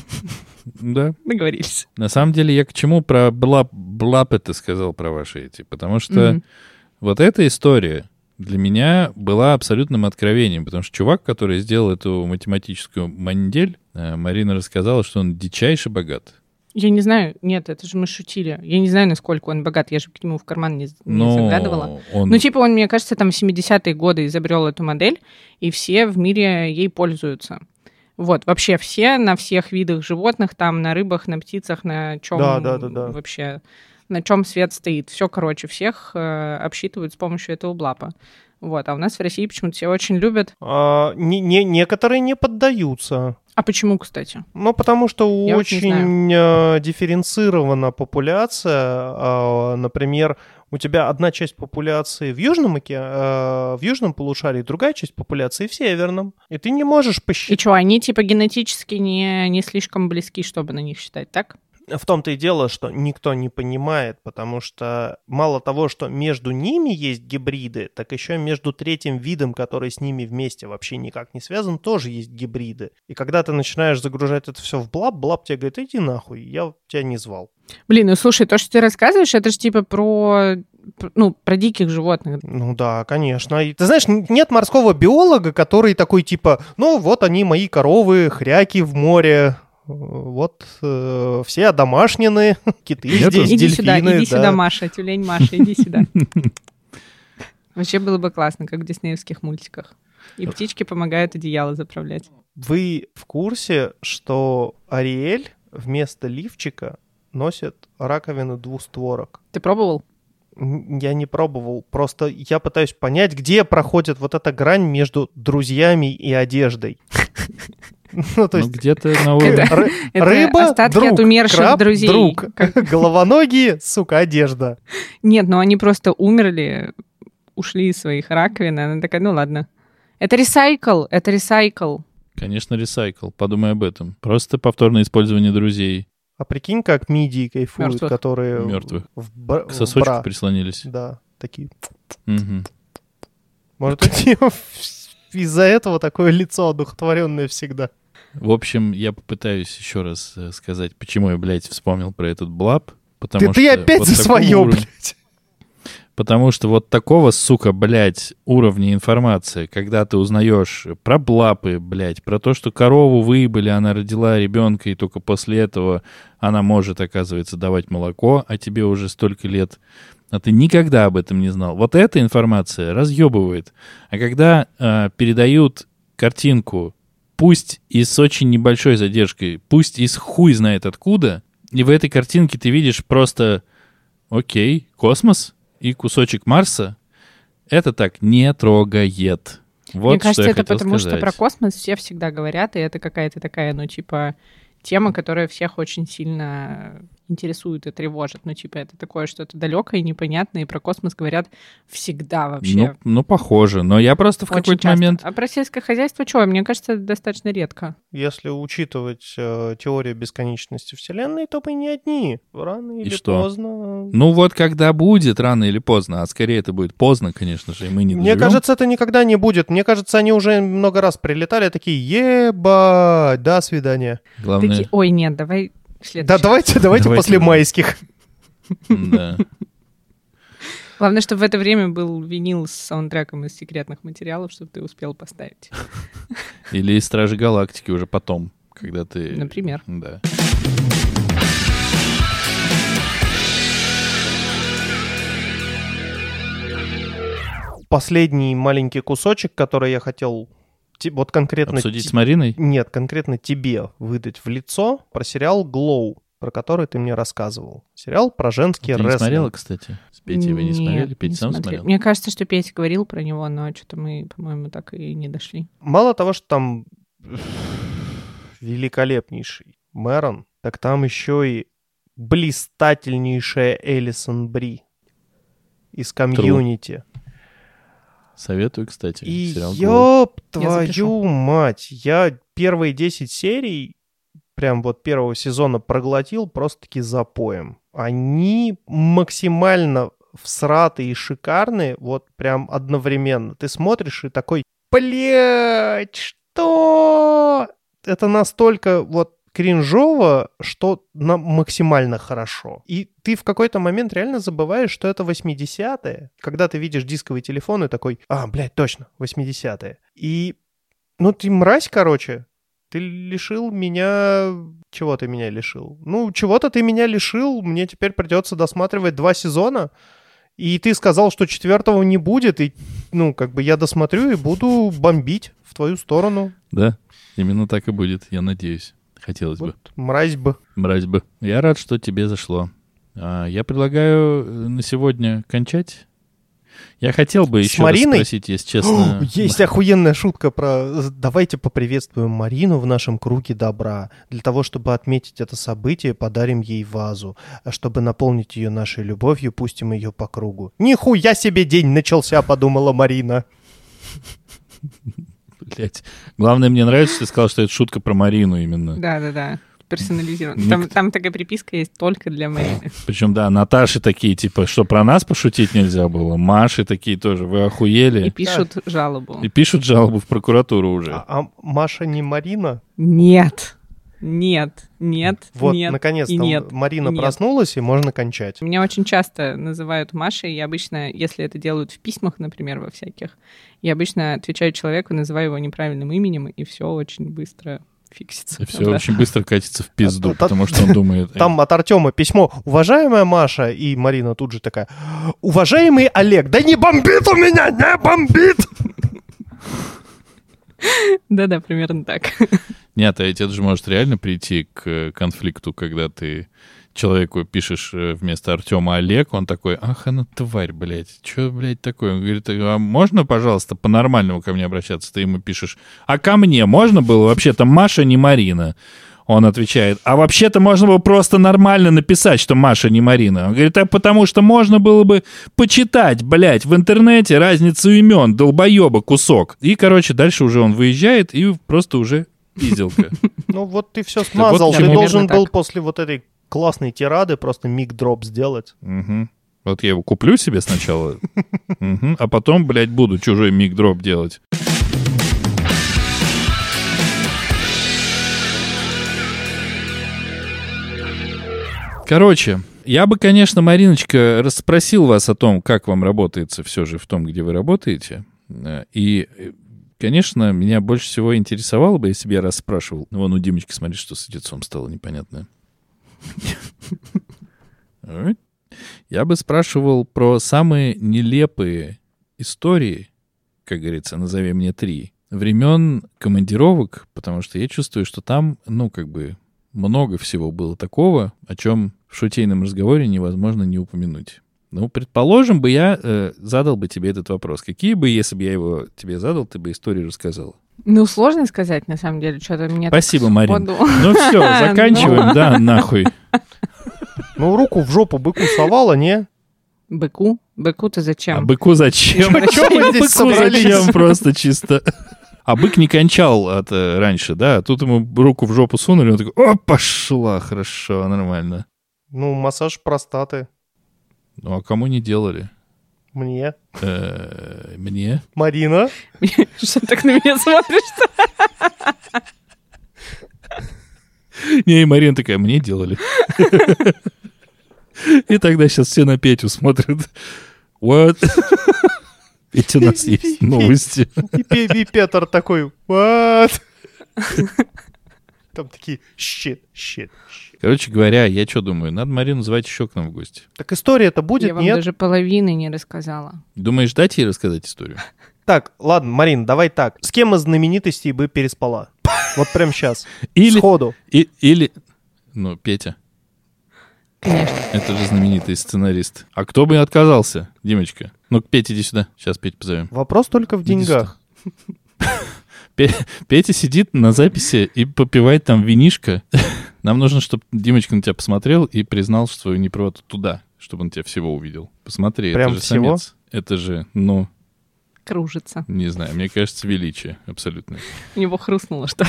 да. Договорились. На самом деле, я к чему про блап, блап это сказал, про ваши эти? Потому что Мгм. вот эта история для меня была абсолютным откровением, потому что чувак, который сделал эту математическую мандель, э, Марина рассказала, что он дичайше богат. Я не знаю, нет, это же мы шутили. Я не знаю, насколько он богат, я же к нему в карман не, не Но заглядывала. он... Ну, типа, он, мне кажется, там в семидесятые годы изобрел эту модель, и все в мире ей пользуются. Вот, вообще все, на всех видах животных, там, на рыбах, на птицах, на чем Да, да, да, да. вообще, на чем свет стоит. Все, короче, всех э, обсчитывают с помощью этого блапа. Вот, а у нас в России почему-то все очень любят. А, не, не- некоторые не поддаются. А почему, кстати? Ну, потому что Я вот не очень э, дифференцирована популяция. А, например, у тебя одна часть популяции в южном, оке- э, в южном полушарии, другая часть популяции в северном. И ты не можешь И посчитать. что, они типа генетически не, не слишком близки, чтобы на них считать, так? В том-то и дело, что никто не понимает, потому что мало того, что между ними есть гибриды, так еще между третьим видом, который с ними вместе вообще никак не связан, тоже есть гибриды. И когда ты начинаешь загружать это все в блаб, блаб тебе говорит, иди нахуй, я тебя не звал. Блин, ну слушай, то, что ты рассказываешь, это же типа про, про- ну, про диких животных. Ну да, конечно. И ты знаешь, н- нет морского биолога, который такой типа, ну вот они мои коровы, хряки в море, э, вот э, все одомашнены, киты Нету? здесь, Иди дельфины. сюда, иди да. сюда, Маша, тюлень Маша, иди сюда. Вообще было бы классно, как в диснеевских мультиках. И птички помогают одеяло заправлять. Вы в курсе, что Ариэль вместо лифчика носит раковину двустворок? Ты пробовал? Н- Я не пробовал, просто я пытаюсь понять, где проходит вот эта грань между друзьями и одеждой. Ну, то Ну, есть где-то на уровне... Это- ры- это рыба, остатки друг, от умерших краб, друзей. друг, головоногие, сука, одежда. Нет, ну они просто умерли, ушли из своих раковин. Она такая, ну ладно. Это ресайкл, это ресайкл. Конечно, ресайкл. Подумай об этом. Просто повторное использование друзей. А прикинь, как мидии кайфуют, Мёртвых. которые Мёртвых. в бра- К в сосочку бра. прислонились. Да, такие. Мгм. Может, у него из-за этого такое лицо одухотворенное всегда. В общем, я попытаюсь еще раз э, сказать, почему я, блядь, вспомнил про этот блаб. Потому Ты, ты что опять вот за такого свое, уровня- блядь. Потому что вот такого, сука, блядь, уровня информации, когда ты узнаешь про блапы, блядь, про то, что корову выебали, она родила ребенка, и только после этого она может, оказывается, давать молоко, а тебе уже столько лет, а ты никогда об этом не знал. Вот эта информация разъебывает. А когда э, передают картинку, пусть и с очень небольшой задержкой, пусть из хуй знает откуда, И в этой картинке ты видишь просто, окей, космос и кусочек Марса. Это так не трогает. Вот Мне кажется, что я это хотел потому, сказать. что про космос все всегда говорят, и это какая-то такая, ну, типа, тема, которая всех очень сильно интересует и тревожит. Ну, типа, это такое что-то далекое, непонятное, и про космос говорят всегда вообще. Ну, ну, похоже. Но я просто в Очень какой-то часто. момент... А про сельское хозяйство что? Мне кажется, это достаточно редко. Если учитывать э, теорию бесконечности Вселенной, то мы не одни. Рано И или что? поздно. Ну вот когда будет, рано или поздно, а скорее это будет поздно, конечно же, и мы не Мне доживем. кажется, это никогда не будет. Мне кажется, они уже много раз прилетали, такие, ебать, до свидания. Главное... Такие, ой, нет, давай следующий. Да, давайте, давайте, Давайте после уже. майских. Да. Главное, чтобы в это время был винил с саундтреком из секретных материалов, чтобы ты успел поставить. Или Стражи Галактики уже потом, когда ты... Например. Да. Последний маленький кусочек, который я хотел те- вот конкретно... Обсудить те- с Мариной? Нет, конкретно тебе выдать в лицо про сериал «Glow», про который ты мне рассказывал. Сериал про женский Ты не рестлинг. смотрела, кстати? С Петей вы не Нет, смотрели? Петя не сам смотрел. смотрел? Мне кажется, что Петя говорил про него, но что-то мы, по-моему, так и не дошли. Мало того, что там великолепнейший Мэрон, так там еще и блистательнейшая Элисон Бри из комьюнити. Советую, кстати, И сериал «Glow». ёб Я твою запишу. мать, я первые десять серий, прям вот первого сезона проглотил просто-таки запоем. Они максимально всратые и шикарные, вот прям одновременно. Ты смотришь и такой, блядь, что? Это настолько вот кринжово, что на максимально хорошо. И ты в какой-то момент реально забываешь, что это восьмидесятые, когда ты видишь дисковый телефон и такой, а, блядь, точно, восьмидесятые. И, ну, ты мразь, короче, ты лишил меня... Чего ты меня лишил? Ну, чего-то ты меня лишил, мне теперь придется досматривать два сезона, и ты сказал, что четвертого не будет, и, ну, как бы я досмотрю и буду бомбить в твою сторону. Да, именно так и будет, я надеюсь. Хотелось бы. Вот, мразь бы. Мразь бы. Я рад, что тебе зашло. А, я предлагаю на сегодня кончать. Я хотел бы С еще раз Мариной? спросить, если честно... О, есть охуенная шутка про «давайте поприветствуем Марину в нашем круге добра. Для того, чтобы отметить это событие, подарим ей вазу. А чтобы наполнить ее нашей любовью, пустим ее по кругу». Нихуя себе день начался, подумала Марина. Блять. Главное, мне нравится, что ты сказал, что это шутка про Марину именно. Да-да-да, персонализирован. Ник- Там, там такая приписка есть только для Марины. Причем, да, Наташи такие, типа, что про нас пошутить нельзя было. Маши такие тоже, вы И охуели. пишут жалобу. И пишут жалобу в прокуратуру уже. А, а Маша не Марина? Нет, нет, нет, Вот, нет наконец-то и нет. Марина и нет. проснулась, и можно кончать. Меня очень часто называют Машей, и обычно, если это делают в письмах, например, во всяких, я обычно отвечаю человеку, называю его неправильным именем, и все очень быстро фиксится. И все Да. очень быстро катится в пизду, А, та- потому что он думает... Там от Артема письмо. Уважаемая Маша, и Марина тут же такая. Уважаемый Олег, да не бомбит у меня, не бомбит! Да-да, примерно так. Нет, а ведь это же может реально прийти к конфликту, когда ты человеку пишешь э, вместо Артема Олег, он такой, ах, она тварь, блядь, что, блядь, такое? Он говорит, а можно, пожалуйста, по-нормальному ко мне обращаться? Ты ему пишешь, а ко мне можно было? Вообще-то Маша не Марина. Он отвечает, а вообще-то можно было просто нормально написать, что Маша не Марина. Он говорит, а потому что можно было бы почитать, блядь, в интернете разницу имен, долбоеба кусок. И, короче, дальше уже он выезжает и просто уже пизделка. Ну вот ты все смазал. вот Ты примерно должен был так. после вот этой классной тирады просто миг-дроп сделать. Мгм. Вот я его куплю себе сначала, мгм, а потом, блядь, буду чужой миг-дроп делать. Короче, я бы, конечно, Мариночка, расспросил вас о том, как вам работается все же в том, где вы работаете. Э, И, э, конечно, меня больше всего интересовало бы, если бы я расспрашивал. Ну, вон у Димочки, смотри, что с лицом стало непонятное. Alright. Я бы спрашивал про самые нелепые истории, как говорится, назови мне три, времен командировок, потому что я чувствую, что там, ну, как бы, много всего было такого, о чем в шутейном разговоре невозможно не упомянуть. Ну, предположим бы, я э, задал бы тебе этот вопрос. Какие бы, если бы я его тебе задал, ты бы истории рассказала? Ну, сложно сказать, на самом деле, что-то мне Спасибо, так Марин. сходу. Ну все, заканчиваем, да, нахуй. Ну, руку в жопу быку совала, не? Быку? Быку-то зачем? А быку зачем? Чё мы здесь Быку собрались? зачем? Просто чисто. А бык не кончал от э, раньше, да? Тут ему руку в жопу сунули, он такой, о, пошла, хорошо, нормально. Ну, массаж простаты. Ну, а кому не делали? Мне. Э, Мне? Марина. Что ты так на меня смотришь-то? Не, и Марина такая, мне делали. И тогда сейчас все на Петю смотрят. What? Ведь у нас есть новости. И, Пе- и Петр такой, what? Там такие, shit, shit, shit. Короче говоря, я что думаю, надо Марину звать еще к нам в гости. Так история-то будет, Я вам нет? даже половины не рассказала. Думаешь, дать ей рассказать историю? Так, ладно, Марин, давай так. С кем из знаменитостей бы переспала? Вот прям сейчас. Или, Сходу. и- или, ну, Петя. Конечно. Это же знаменитый сценарист. А кто бы отказался, Димочка? Ну, Петя, иди сюда. Сейчас Петю позовем. Вопрос только в Иди деньгах. Пе- Петя сидит на записи и попивает там винишко. Нам нужно, чтобы Димочка на тебя посмотрел и признал свою неправоту туда, чтобы он тебя всего увидел. Посмотри, Прям это же всего? самец. Это же, ну, Кружится. не знаю, мне кажется, величие абсолютно. У него хрустнуло что-то.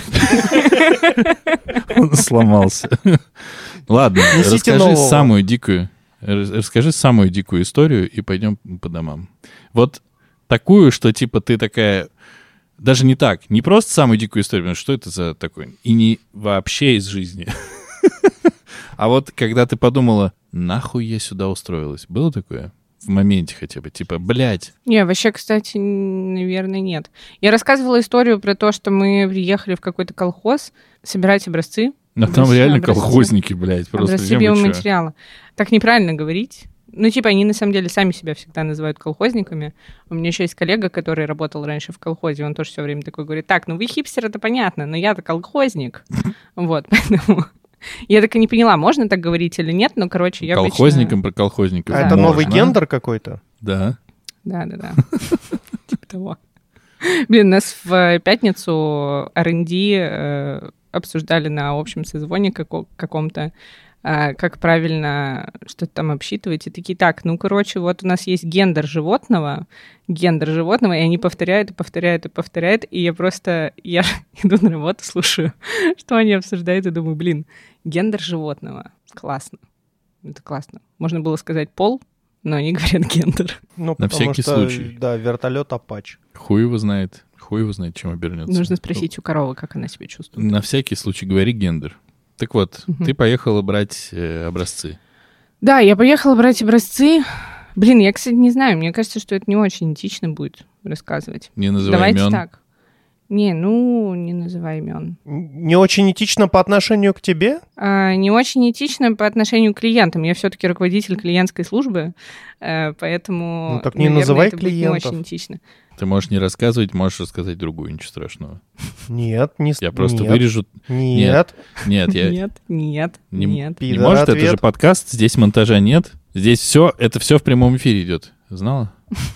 Он сломался. Ладно, Несите расскажи нового. самую дикую, рас- расскажи самую дикую историю и пойдем по домам. Вот такую, что типа ты такая, даже не так, не просто самую дикую историю, потому что это за такой, и не вообще из жизни. А вот когда ты подумала, нахуй я сюда устроилась, было такое? В моменте хотя бы, типа, блядь. Не, вообще, кстати, н- наверное, нет. Я рассказывала историю про то, что мы приехали в какой-то колхоз собирать образцы. Но там Образцы, реально образцы. колхозники, блядь, просто. Образцы где вы чё? биоматериала. Так неправильно говорить. Ну, типа, они на самом деле сами себя всегда называют колхозниками. У меня еще есть коллега, который работал раньше в колхозе, он тоже все время такой говорит, так, ну вы хипстер, это понятно, но я-то колхозник. Вот, поэтому... Я так и не поняла, можно так говорить или нет, но, короче, я Колхозником про колхозников. А Да. это новый можно. гендер какой-то? Да. Да-да-да. Типа того. Блин, нас в пятницу ар энд ди э, обсуждали на общем созвоне како- каком-то, э, как правильно что-то там обсчитывать. И такие, так, ну, короче, вот у нас есть гендер животного, гендер животного, и они повторяют, и повторяют, и повторяют, и я просто, я иду на работу, слушаю, что они обсуждают, и думаю, блин, гендер животного. Классно. Это классно. Можно было сказать пол, но они говорят гендер. Ну, На потому всякий что, случай. Да, вертолет Апач. Хуй его знает. Хуй его знает, чем обернется. Нужно спросить у коровы, как она себя чувствует. На всякий случай говори гендер. Так вот, Мгм. ты поехала брать э, образцы. Да, я поехала брать образцы. Блин, я, кстати, не знаю. Мне кажется, что это не очень этично будет рассказывать. Не называй Давайте имен. так. Не, ну, не называй имен. Не очень этично по отношению к тебе? А, не очень этично по отношению к клиентам. Я все-таки руководитель клиентской службы, э, поэтому, Ну, так не наверное, называй это будет не клиентов. очень этично. Ты можешь не рассказывать, можешь рассказать другую, ничего страшного. Нет, не с- Я просто нет, вырежу. Нет. Нет, я Нет, нет, не, нет. не Пидор, может, это ответ. же подкаст, здесь монтажа нет. Здесь все, это все в прямом эфире идет. Знала?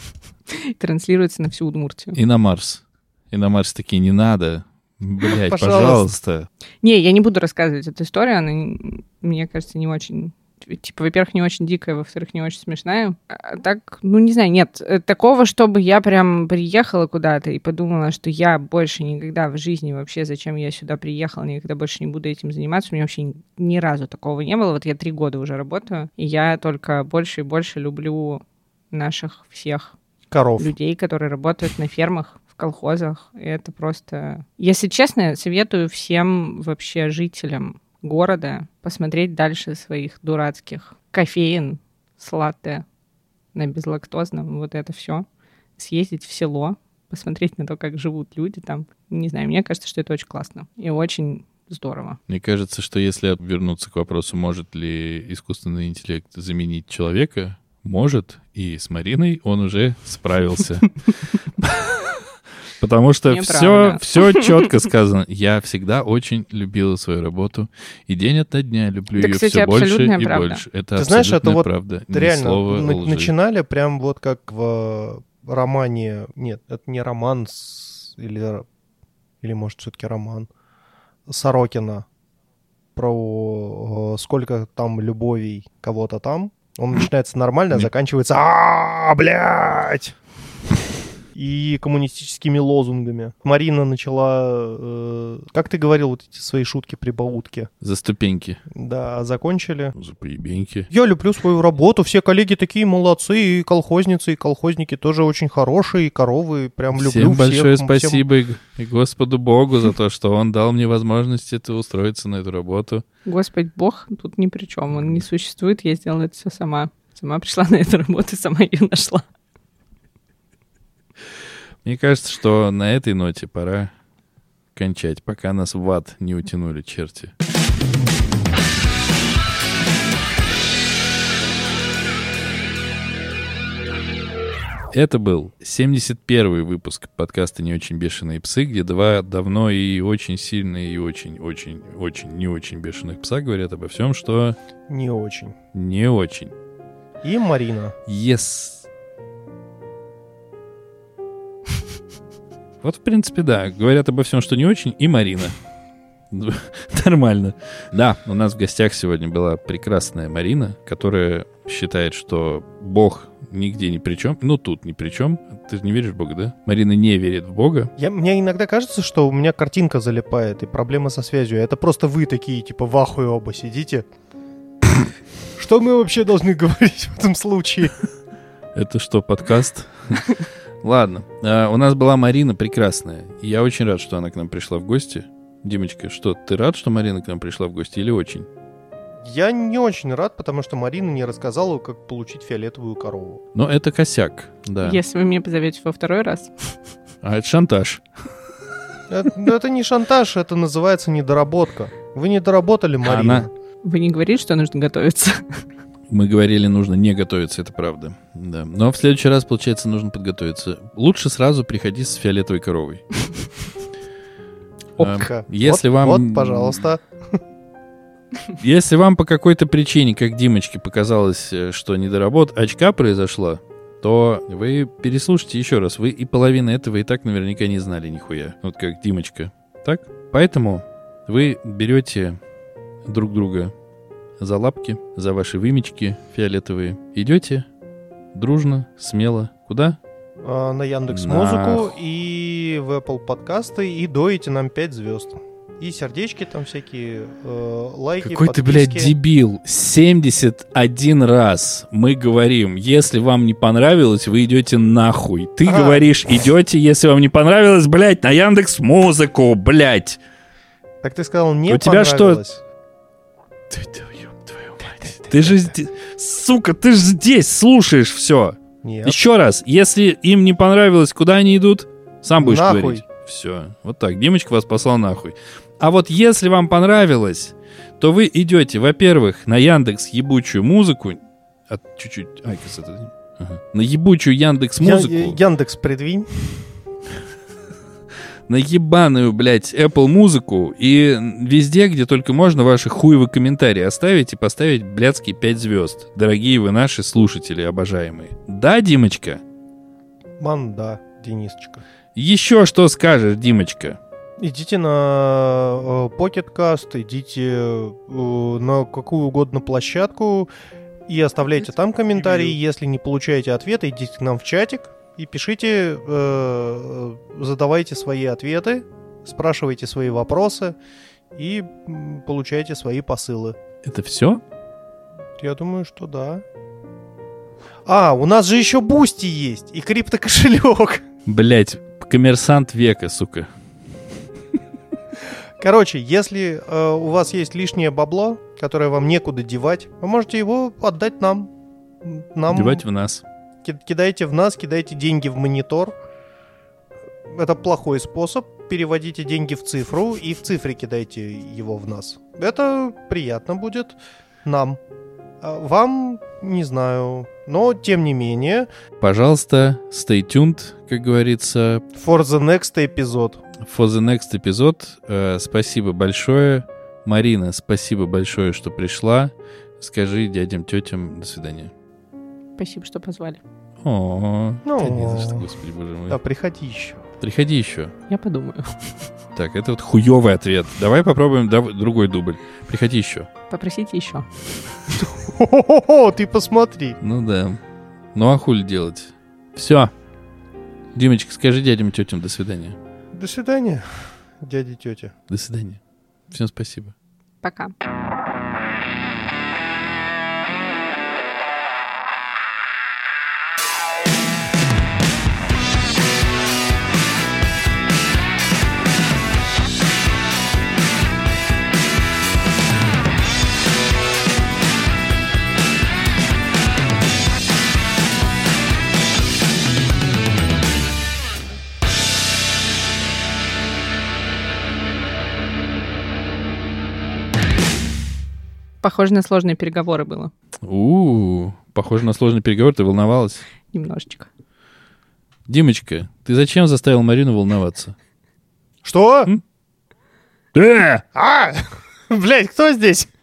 Транслируется на всю Удмуртию. И на Марс. И на Марс такие, не надо. Блять, Пожалуйста. пожалуйста. Не, я не буду рассказывать эту историю, она, н- мне кажется, не очень... Типа, во-первых, не очень дикая, во-вторых, не очень смешная. А так, ну, не знаю, нет. э, Такого, чтобы я прям приехала куда-то и подумала, что я больше никогда в жизни вообще, зачем я сюда приехала, никогда больше не буду этим заниматься. У меня вообще ни, ни разу такого не было. Вот я три года уже работаю, и я только больше и больше люблю наших всех Коров. людей, которые работают на фермах, в колхозах. И это просто... Если честно, советую всем вообще жителям города посмотреть дальше своих дурацких кофеин с латте на безлактозном, вот это все. Съездить в село, посмотреть на то, как живут люди там. Не знаю, мне кажется, что это очень классно и очень здорово. Мне кажется, что если вернуться к вопросу, может ли искусственный интеллект заменить человека, может, и с Мариной он уже справился. Потому что Неправда. все, все четко сказано. Я всегда очень любила свою работу. И день ото дня люблю Это, ее кстати, все больше абсолютная и правда. больше. Это Ты знаешь, это абсолютная вот правда. Ни реально слова на- лжи. начинали прям вот как в романе... Нет, это не роман с- или, или может, все-таки роман Сорокина про э, сколько там любовей кого-то там. Он начинается нормально, а заканчивается «А, блядь!» и коммунистическими лозунгами. Марина начала, э, как ты говорил, вот эти свои шутки-прибаутки. За ступеньки. Да, а закончили. За поебеньки. Я люблю свою работу, все коллеги такие молодцы, и колхозницы, и колхозники тоже очень хорошие, и коровы, прям люблю Всем всех. большое всем- спасибо и, и Господу Богу за то, что Он дал мне возможность это устроиться на эту работу. Господь Бог тут ни при чем, он не существует, я сделала это все сама. Сама пришла на эту работу, сама ее нашла. Мне кажется, что на этой ноте пора кончать, пока нас в ад не утянули черти. Это был семьдесят первый выпуск подкаста «Не очень бешеные псы», где два давно и очень сильные, и очень-очень-очень не очень бешеных пса говорят обо всем, что Не очень. не очень. И Марина. Yes. Вот, в принципе, да. Говорят обо всем, что не очень, и Марина. Нормально. Да, у нас в гостях сегодня была прекрасная Марина, которая считает, что Бог нигде ни при чем. Ну, тут ни при чем. Ты же не веришь в Бога, да? Марина не верит в Бога. Я, мне иногда кажется, что у меня картинка залипает, и проблема со связью. Это просто вы такие, типа, в ахуе оба сидите. Что мы вообще должны говорить в этом случае? Это что, подкаст? Ладно. А, у нас была Марина прекрасная. И я очень рад, что она к нам пришла в гости. Димочка, что, ты рад, что Марина к нам пришла в гости или очень? Я не очень рад, потому что Марина не рассказала, как получить фиолетовую корову. Но это косяк, да. Если вы меня позовете во второй раз. А это шантаж. Это, это не шантаж, это называется недоработка. Вы не доработали, Марина. Она- Вы не говорите, что нужно готовиться? Мы говорили, нужно не готовиться, это правда. Да. Но в следующий раз, получается, нужно подготовиться. Лучше сразу приходи с фиолетовой коровой. Опка. Если вот, вам- Вот, пожалуйста. Если вам по какой-то причине, как Димочке показалось, э, что недоработ очка произошла, то вы переслушайте еще раз. Вы и половину этого и так наверняка не знали нихуя. Вот как Димочка. Так? Поэтому вы берете друг друга за лапки, за ваши вымечки фиолетовые. Идете дружно, смело. Куда? А, на Яндекс.Музыку Нах. и в Apple подкасты и доите нам пять звезд. И сердечки там всякие, э, лайки, Какой ты, подписки. блядь, дебил. семьдесят один раз мы говорим, если вам не понравилось, вы идете нахуй. Ты Ага. говоришь, идете, если вам не понравилось, блядь, на Яндекс.Музыку, блядь. Так ты сказал, не У тебя что? понравилось. Ты, ты, ёб твою мать. Ты же здесь, сука, ты же здесь слушаешь все. Нет. Еще раз, если им не понравилось, куда они идут, сам будешь Нахуй. говорить. Все, вот так, Димочка вас послал нахуй. А вот если вам понравилось, то вы идете, во-первых, на Яндекс ебучую музыку, а, чуть-чуть, Айкос это, ага. на ебучую Яндекс Я- музыку, я- Яндекс, придвинь. на ебаную, блядь, Apple музыку и везде, где только можно, ваши хуевые комментарии оставить и поставить блядские пять звезд. Дорогие вы наши слушатели, обожаемые. Да, Димочка? Ман, да, Денисочка. Еще что скажешь, Димочка? Идите на э, Pocket Cast, идите э, на какую угодно площадку и оставляйте там комментарии. Если не получаете ответа, идите к нам в чатик и пишите, э, задавайте свои ответы, спрашивайте свои вопросы и м, получайте свои посылы. Это все? Я думаю, что да. А, у нас же еще Бусти есть и криптокошелек. Блять, коммерсант века, сука. Короче, если э, у вас есть лишнее бабло, которое вам некуда девать, вы можете его отдать нам. Нам Девать в нас. ки- кидайте в нас, кидайте деньги в монитор. Это плохой способ. Переводите деньги в цифру и в цифре кидайте его в нас. Это приятно будет нам. А вам, не знаю, Но, тем не менее... Пожалуйста, stay tuned, как говорится. For the next эпизод. For the next эпизод. Э, спасибо большое. Марина, спасибо большое, что пришла. Скажи дядям, тетям до свидания. Спасибо, что позвали. О, Ну, да не за что, господи, боже мой. Да, приходи еще. Приходи еще. Я подумаю. Так, это вот хуёвый ответ. Давай попробуем дав- другой дубль. Приходи еще. Попросите еще. О, ты посмотри. Ну да. Ну а хули делать? Все. Димочка, скажи дядям, тетям до свидания. До свидания, дяди, тетя. До свидания. Всем спасибо. Пока. Похоже на сложные переговоры было. У-у-у, похоже на сложный переговор. Ты волновалась? Немножечко. Димочка, ты зачем заставил Марину волноваться? Что? М? Э! А! Блядь, кто здесь?